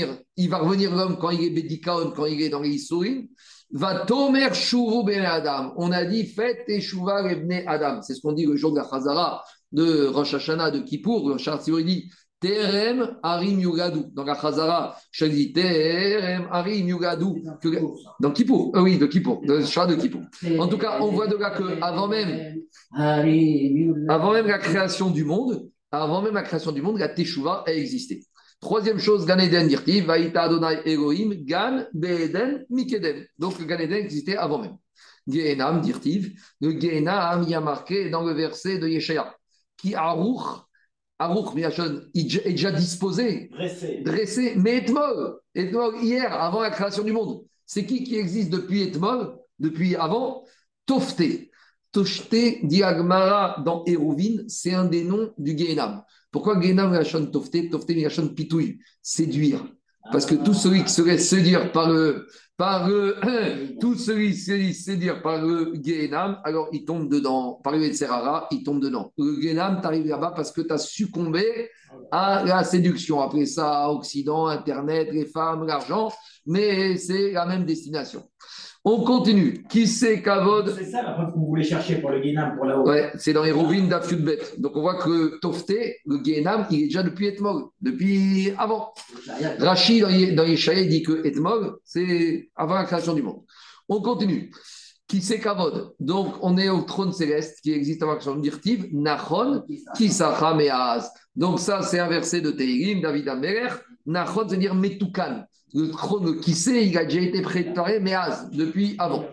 va revenir l'homme quand il est Bedikaon, quand il est dans les Issourim, va Tomer Shuru Ben Adam. On a dit, faites Teshuva Lebne Adam. C'est ce qu'on dit le jour de la Chazara de Rosh Hashanah, de Kippour. Le Charles dit, Terem Harim Yugadou. Dans la Chazara, je dis Terem Harim Yugadou. Dans Kippour, oui, de Kippour, de Shah de Kippour. En tout cas, on voit de là qu'avant même la création du monde, la Teshuvah a existé. Troisième chose, Gan Eden Dirtiv, Vaïta Adonai Elohim, Gan Be'eden Mikedem. Donc le Gan Eden existait avant même. Gehenam Dirtiv, le Gehenam, il y a marqué dans le verset de Yeshaya, qui Aruch, Miachon, il est déjà disposé, dressé, mais Etmol, hier, avant la création du monde. C'est qui existe depuis Etmol, depuis avant? Tofté. Tofté, dit Agmara dans Hérouvine, c'est un des noms du Gehenam. Pourquoi Gehenam Miachon Tofté? Tofté Miachon Pitouille, séduire. Parce que tout celui qui se laisse séduire tout celui qui se laisse séduire par le Gehenam, alors il tombe dedans. Par le Serara, il tombe dedans. Le Gehenam, tu arrives là-bas parce que tu as succombé à la séduction. Après ça, Occident, Internet, les femmes, l'argent, mais c'est la même destination. On continue. Qui c'est Kavod? C'est ça la preuve que vous voulez chercher pour le Guénam, pour là-haut. Ouais, c'est dans les Rovines d'Afyudbet. Donc on voit que Tofté, le Guénam, il est déjà depuis Etmol, depuis avant. Rachid dans Yeshaïa, il dit que Etmol, c'est avant la création du monde. On continue. Qui c'est Kavod? Donc on est au trône céleste qui existe avant la création du Dirtiv, Nachon, Kisacha Meaz. Donc ça, c'est un verset de Tehillim, David Ameler. Nachon, c'est-à-dire Metoukan. Le trône qui sait, il a déjà été préparé, mais depuis avant.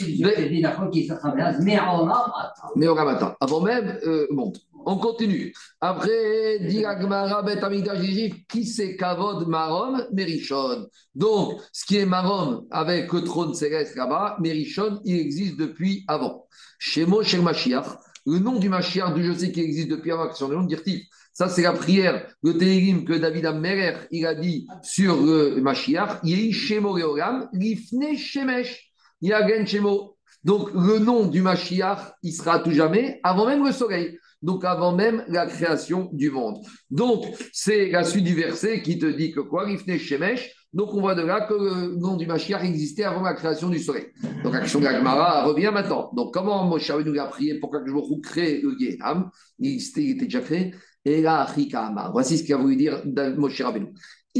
Mais au Ramatan. Avant même, bon, on continue. Après, dit Agmara, Bet Amigdash Egypte, qui c'est Kavod, Marom, Merishon. Donc, ce qui est Marom avec le trône céleste là-bas, Merishon, il existe depuis avant. Chez Moshe Mashiach, le nom du Mashiach, du je sais qu'il existe depuis avant, c'est le nom de Dirtif. Ça, c'est la prière, le Tehillim que David Ammerer, il a dit sur le Mashiach. Yehi Shemo Leolam, Lifne Shemesh, Yagen Shemo. Donc, le nom du Mashiach, il sera à tout jamais, avant même le soleil. Donc, avant même la création du monde. Donc, c'est la suite du verset qui te dit que quoi? Lifne Shemesh. Donc, on voit de là que le nom du Mashiach existait avant la création du soleil. Donc, la question de la Gemara revient maintenant. Donc, comment Moshe nous a prié pour que je me crée le Guéham? Il était déjà créé. Et là, voici ce qu'il a voulu dire Moshe Rabbeinu.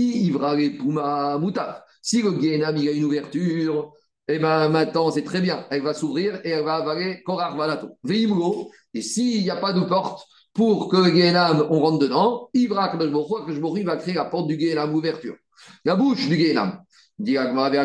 Si le Guénam il a une ouverture, et ben maintenant c'est très bien, elle va s'ouvrir et elle va avaler Korach Valato. Veimlo, et s'il n'y a pas de porte pour que le Guénam on rentre dedans, il va que je va créer la porte du Guénam, ouverture. La bouche du Guénam. Il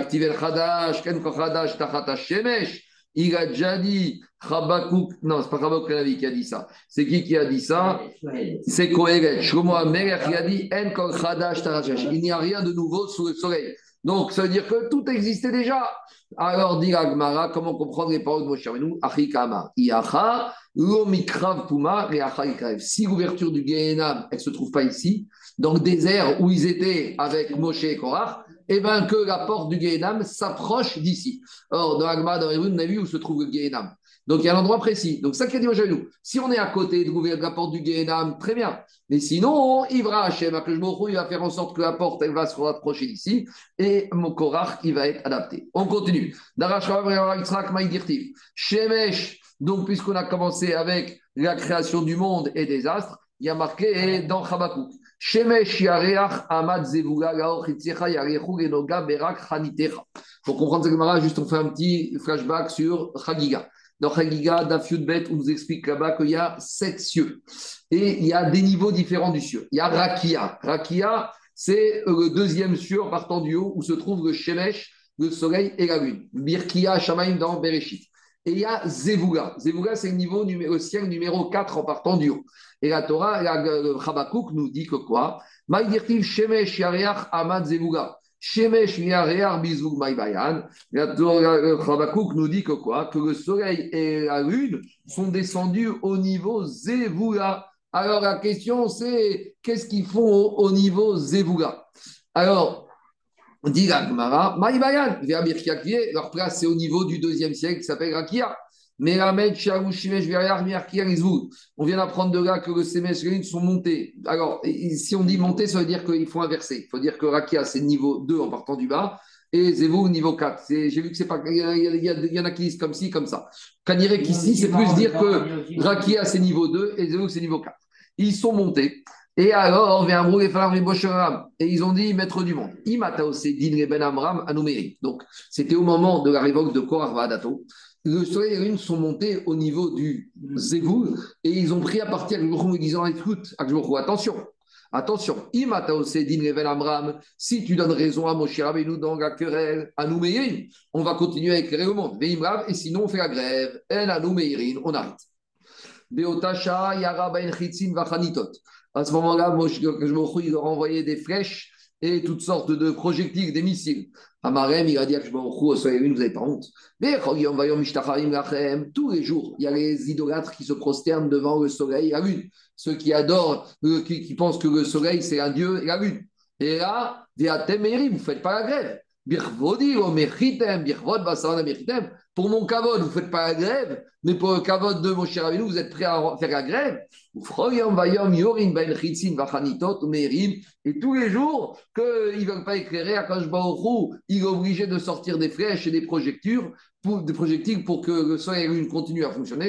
a déjà dit, Chabakouk, non, c'est pas Chabakouk qui a dit ça. C'est qui a dit ça? C'est Kohelet. Shlomo Amelech qui a dit, En kol chadash tarashash. Il n'y a rien de nouveau sous le soleil. Donc, ça veut dire que tout existait déjà. Alors, dit Agmara, comment comprendre les paroles de Moshe Rabbeinu? Achikama, Iacha, lo mikrav puma, reacha ikarev. Si l'ouverture du Guéhenam, elle ne se trouve pas ici, dans le désert où ils étaient avec Moshe et Korach, et bien que la porte du Guéhenam s'approche d'ici. Or, dans Agmara, dans Hébreu, on a vu où se trouve le Guéhenam. Donc, il y a un endroit précis. Donc, ça qui a dit Moshe Rabbeinu. Si on est à côté de la porte du Guéhenam, très bien. Mais sinon, Ivra Hashem, il va faire en sorte que la porte, elle va se rapprocher d'ici et mon Korach, il va être adapté. On continue. Shemesh, donc puisqu'on a commencé avec la création du monde et des astres, il y a marqué dans Chabakouk. Shemesh yareach amad zevuga gaor chitzecha yarechu genoga berak chanitecha. Pour comprendre cette Gemara, juste on fait un petit flashback sur Chagiga. Dans Chagiga, Dafyudbet, on nous explique là-bas qu'il y a 7 cieux. Et il y a des niveaux différents du cieux. Il y a Rakia. Rakia, c'est le deuxième cieux en partant du haut où se trouve le Shemesh, le soleil et la lune. Birkia, Shamaim dans Bereshit. Et il y a Zevuga. Zevuga, c'est le ciel numéro 4 en partant du haut. Et la Torah, le Chabakouk nous dit que quoi? Maïdirtiv Shemesh Yareach Amad Zevuga. Shemesh Yareach Bizug Maïbayan. Le Chabakouk nous dit que quoi? Que le soleil et la lune sont descendus au niveau Zevuga. Alors la question c'est, qu'est-ce qu'ils font au niveau Zevuga? Alors, on dit la Gemara, Maïbayan, leur place c'est au niveau du 2e siècle qui s'appelle Rakia. Mais la Med, Shaou, Shimesh, Veriar, Mirkia, Rizvou. On vient d'apprendre de là que le Semesh et Lune sont montés. Alors, si on dit monter, ça veut dire qu'il faut inverser. Il faut dire que Rakia, c'est niveau 2 en partant du bas, et Zévou, niveau 4. J'ai vu que c'est pas. Il y en a qui disent comme ci, comme ça. Kanirek, ici, c'est plus dire que Rakia, c'est niveau 2, et Zévou, c'est niveau 4. Ils sont montés. Et alors, et ils ont dit, maître du monde. Donc, c'était au moment de la révolte de Korach Vadato. Le soleil et la lune sont montés au niveau du Zévou et ils ont pris à partir de en disant, écoute, attention, si tu donnes raison à Moshe Rabbeinu dans la querelle, à nous on va continuer à éclairer le monde. Et sinon, on fait la grève. On arrête. À ce moment-là, il leur a envoyé des flèches et toutes sortes de projectiles, des missiles. Amarem, il a dit à au soleil, vous n'avez pas honte. Tous les jours, il y a les idolâtres qui se prosternent devant le soleil et la lune. Ceux qui adorent, qui pensent que le soleil, c'est un dieu et la lune. Et là, vous ne faites pas la grève. Pour mon kavod, vous ne faites pas la grève, mais pour le kavod de mon cher Rabbeinu, vous êtes prêt à faire la grève. Et tous les jours, qu'ils ne veulent pas éclairer, Akadosh Baruch Hu, il est obligé de sortir des flèches et des projectiles pour que le soleil et la lune continuent à fonctionner.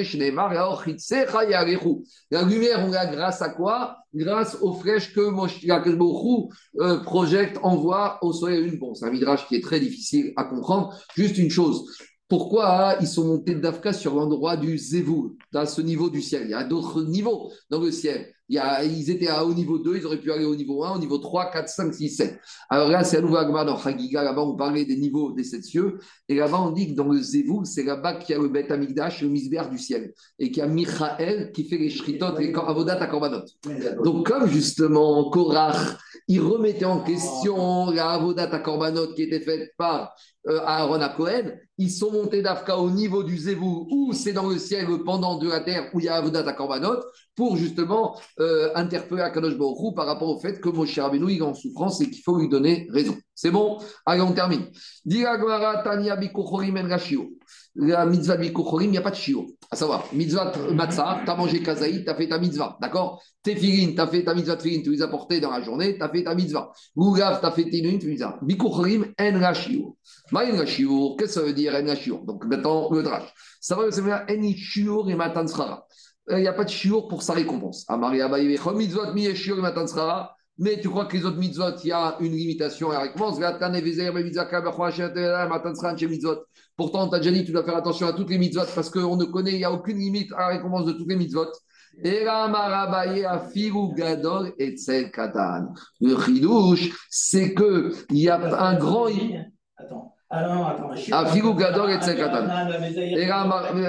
La lumière, on l'a grâce à quoi? Grâce aux flèches que Akadosh Baruch Hu projette, envoie au soleil et à la lune. Bon, c'est un midrash qui est très difficile à comprendre. Juste une chose. Pourquoi ils sont montés d'Afka sur l'endroit du Zévou, à ce niveau du ciel? Il y a d'autres niveaux dans le ciel. Ils étaient à haut niveau 2, ils auraient pu aller au niveau 1, au niveau 3, 4, 5, 6, 7. Alors là, c'est à nouveau Agma dans Chagiga, là-bas on parlait des niveaux des 7 cieux, et là-bas on dit que dans le Zévou, c'est là-bas qu'il y a le Beth Amikdash, le Misbéach du ciel, et qu'il y a Michael qui fait les Shritot, les Avodat à Korbanot. Donc comme justement Korach, il remettait en question la Avodat à Korbanot qui était faite par Aaron à Cohen, ils sont montés d'Afka au niveau du Zévou, où c'est dans le ciel, le pendant de la terre, où il y a Avodat à Korbanot, pour justement interpeller Akadosh Baruch Hu par rapport au fait que Moshe Rabbeinu il est en souffrance et qu'il faut lui donner raison. C'est bon? Allez, on termine. La mitzvah de Bikuchorim, il n'y a pas de shiur. À savoir, mitzvah matzah, tu as mangé kazaït, tu as fait ta mitzvah. D'accord? Tefilin, tu as fait ta mitzvah tefilin, tu les as portés dans la journée, tu as fait ta mitzvah. Goulav, tu as fait tes mitzvah. Bikuchorim, en la shiur. Qu'est-ce que ça veut dire, en la shiur? Donc maintenant, le drash. Ça veut dire en shiur et matan srara. Il n'y a pas de shiur pour sa récompense. Amaria Baïvecho, mitzvot mi shiur et matan srara. Mais tu crois que les autres mitzvot, il y a une limitation à la récompense. Pourtant, on t'a déjà dit que tu dois faire attention à toutes les mitzvot parce qu'on ne connaît, il n'y a aucune limite à la récompense de toutes les mitzvot. Et la marabaye a firu gadol et tsel katan. Le chidouche, c'est qu'il y a un grand. Attends. Alors, attends. Afigu gadol et tsel katan. Et la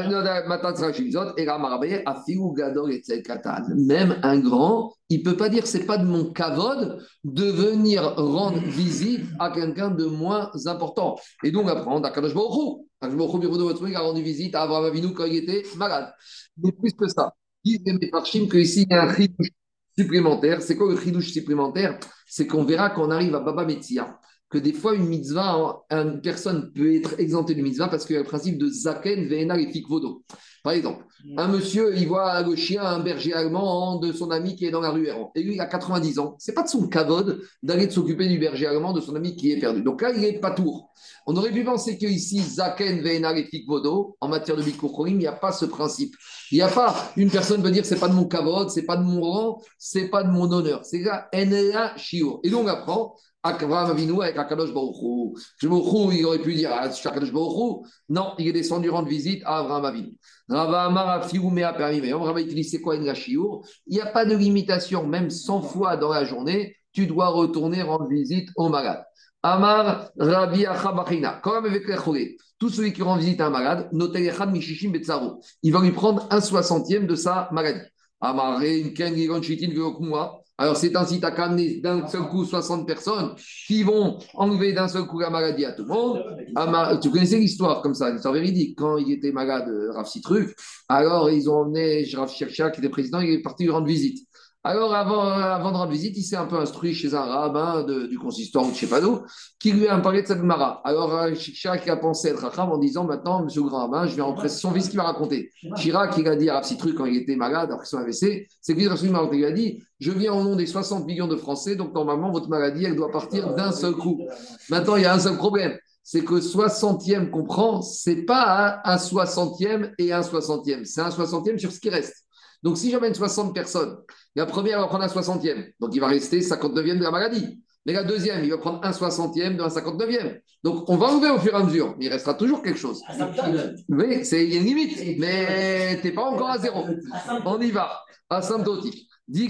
marabaye a firu gadol et tsel katan. Même un grand, il ne peut pas dire c'est pas de mon kavod de venir rendre visite à quelqu'un de moins important. Et donc, apprendre à Kadosh Baruch Hu. Kadosh Baruch Hu, bureau de votre truc, a rendu visite à Abraham Avinu quand il était malade. Mais plus que ça, disent les Mefarshim qu'ici, il y a un chidouche supplémentaire. C'est quoi le chidouche supplémentaire? C'est qu'on verra quand on arrive à Baba Metzia, que des fois, une mitzvah, une personne peut être exemptée de mitzvah parce qu'il y a le principe de Zaken, Ve'ena et Fikvodo. Par exemple, un monsieur, il voit le chien, un berger allemand de son ami qui est dans la rue errant. Et lui, il a 90 ans. C'est pas de son kavod d'aller s'occuper du berger allemand de son ami qui est perdu. Donc là, il est pas tour. On aurait pu penser qu'ici, Zaken, Ve'ena et Fikvodo, en matière de Bikur Chorim, il n'y a pas ce principe. Il n'y a pas une personne peut dire c'est pas de mon kavod, c'est pas de mon rang, c'est pas de mon honneur. C'est là, Enela Shiur. Et donc, on apprend. Abraham Avinu avec Akadosh Baruch Hu. Il aurait pu dire Akadosh Baruch Hu. Non, il est descendu rendre visite à Abraham Avinu. Rava Amar Afiumea permis. Rava utilise c'est quoi une gachiour? Il n'y a pas de limitation, même 100 fois dans la journée, tu dois retourner rendre visite au malade. Amar Rabbi Achabachina. Quand même avec les cholés, tout celui qui rend visite à un malade, Notelechad Mishishim Betsaro. Il va lui prendre 1/60 de sa maladie. Amar Reinken Gigon Chitin Veokumwa. Alors, c'est ainsi, tu as qu'amené d'un seul coup 60 personnes qui vont enlever d'un seul coup la maladie à tout le monde. Tu connaissais l'histoire comme ça, l'histoire véridique. Quand il était malade, Rav Citruc, alors ils ont emmené Rav Chercha, qui était président, il est parti lui rendre visite. Alors, avant de rendre visite, il s'est un peu instruit chez un rabbin du consistoire ou de je ne sais pas d'où, qui lui a parlé de cette Gemara. Alors, Chirac a pensé être Racham en disant maintenant, monsieur le grand rabbin, je vais en son fils qui m'a raconté. Chirac, il a dit à Rav Citruc quand il était malade, après son AVC, c'est que il lui a dit je viens au nom des 60 millions de Français, donc normalement, votre maladie, elle doit partir d'un seul coup. Maintenant, il y a un seul problème. C'est que 60e qu'on prend, ce n'est pas un 60e et un 60e. C'est un 60e sur ce qui reste. Donc, si j'amène 60 personnes, la première va prendre un 60e. Donc, il va rester 59e de la maladie. Mais la deuxième, il va prendre un 60e de un 59e. Donc, on va enlever au fur et à mesure. Mais il restera toujours quelque chose. Oui, il y a une limite. Mais tu n'es pas encore à zéro. On y va. Asymptotique.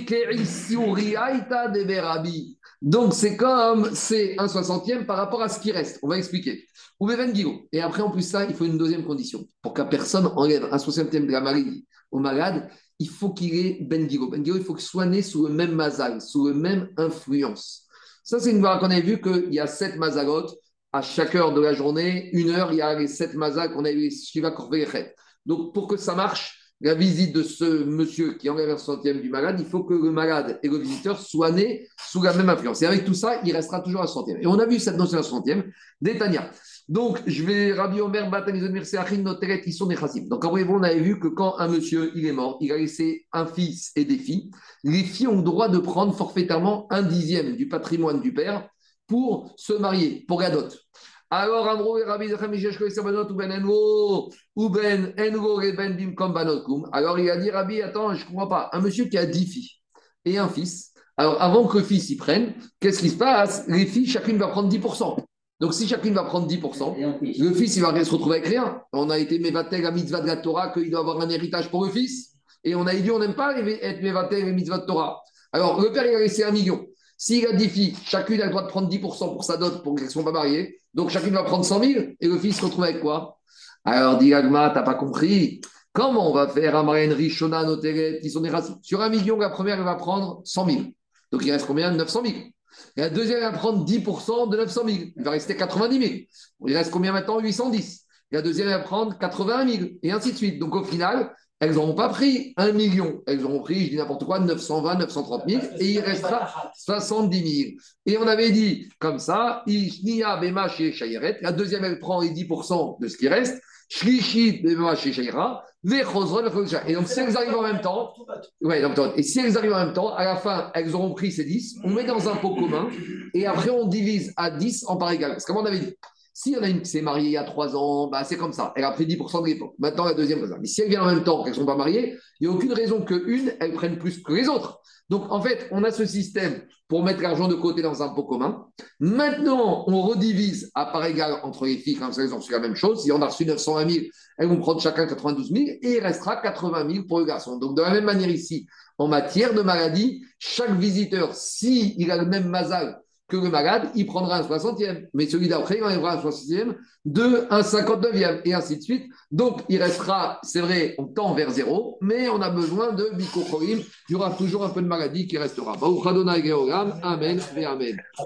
Donc, c'est un 60e par rapport à ce qui reste. On va expliquer. Et après, en plus ça, il faut une deuxième condition. Pour qu'une personne enlève un 60e de la maladie au malade, il faut qu'il ait Ben Gilo. Ben Gilo, il faut qu'il soit né sous le même mazal, sous la même influence. Ça, c'est une fois qu'on a vu qu'il y a 7 mazalot à chaque heure de la journée. Une heure, il y a les 7 mazal qu'on a eu Shiva Korvechet. Donc, pour que ça marche, la visite de ce monsieur qui enlève un 60e du malade, il faut que le malade et le visiteur soient nés sous la même influence. Et avec tout ça, il restera toujours un 60e. Et on a vu cette notion de 60e d'Etania. Donc, je vais, Rabbi Omer, Batanizon Mirse Achin, Noteret, ils sont des chassim. Donc, après, on avait vu que quand un monsieur, il est mort, il a laissé un fils et des filles. Les filles ont le droit de prendre forfaitairement 1/10 du patrimoine du père pour se marier, pour la dot. Alors, Amro et Rabbi Zachem, Michesh, Koïsa, Banot, ou Ben Envo, ou Ben Envo, et Ben Bim, comme Banot, Koum. Alors, il a dit, Rabbi, attends, je ne comprends pas. Un monsieur qui a 10 filles et un fils. Alors, avant que le fils y prenne, qu'est-ce qui se passe? Les filles, chacune va prendre 10%. Donc, si chacune va prendre 10%, le fils, il va se retrouver avec rien. On a été mévatel à mitzvah de la Torah, qu'il doit avoir un héritage pour le fils. Et on a dit, on n'aime pas être mévatel et mitzvah de Torah. Alors, le père, il a laissé 1 million. S'il a 10 filles, chacune a le droit de prendre 10% pour sa dot, pour qu'elles ne soient pas mariées. Donc, chacune va prendre 100 000 et le fils se retrouve avec quoi? Alors, dit Agma, t'as pas compris. Comment on va faire un mariage Rishona, Noteret, qui sont des racines? Sur 1 million, la première, elle va prendre 100 000. Donc, il reste combien? 900 000. Et la deuxième, elle va prendre 10% de 900 000. Il va rester 90 000. Il reste combien maintenant? 810. Et la deuxième, elle va prendre 80 000. Et ainsi de suite. Donc, au final, elles n'auront pas pris 1 million. Elles auront pris, je dis n'importe quoi, 920, 930 000. Et il restera 70 000. Et on avait dit, comme ça, Ishnia Bema chez Shayeret. La deuxième, elle prend les 10% de ce qui reste. Shlishit Bema chez Shayra. Et donc, si elles arrivent en même temps, et si elles arrivent en même temps, à la fin, elles auront pris ces 10, on met dans un pot commun, et après, on divise à 10 en parts égales. C'est comme on avait dit. Si on a une qui s'est mariée il y a 3 ans, bah c'est comme ça. Elle a pris 10% de l'époque. Maintenant, la deuxième, comme ça. Mais si elles viennent en même temps, qu'elles ne sont pas mariées, il n'y a aucune raison qu'une, elles prennent plus que les autres. Donc, en fait, on a ce système pour mettre l'argent de côté dans un pot commun. Maintenant, on redivise à parts égales entre les filles, comme ça, elles ont reçu la même chose. Si on a reçu 920 000, elles vont prendre chacun 92 000 et il restera 80 000 pour le garçon. Donc, de la même manière ici, en matière de maladie, chaque visiteur, s'il a le même mazal que le malade, il prendra un 60e. Mais celui d'après, il enlèvera un 60e de un 59e, et ainsi de suite. Donc, il restera, c'est vrai, on tend vers zéro, mais on a besoin de bikochorim. Il y aura toujours un peu de maladie qui restera. Amen et amen.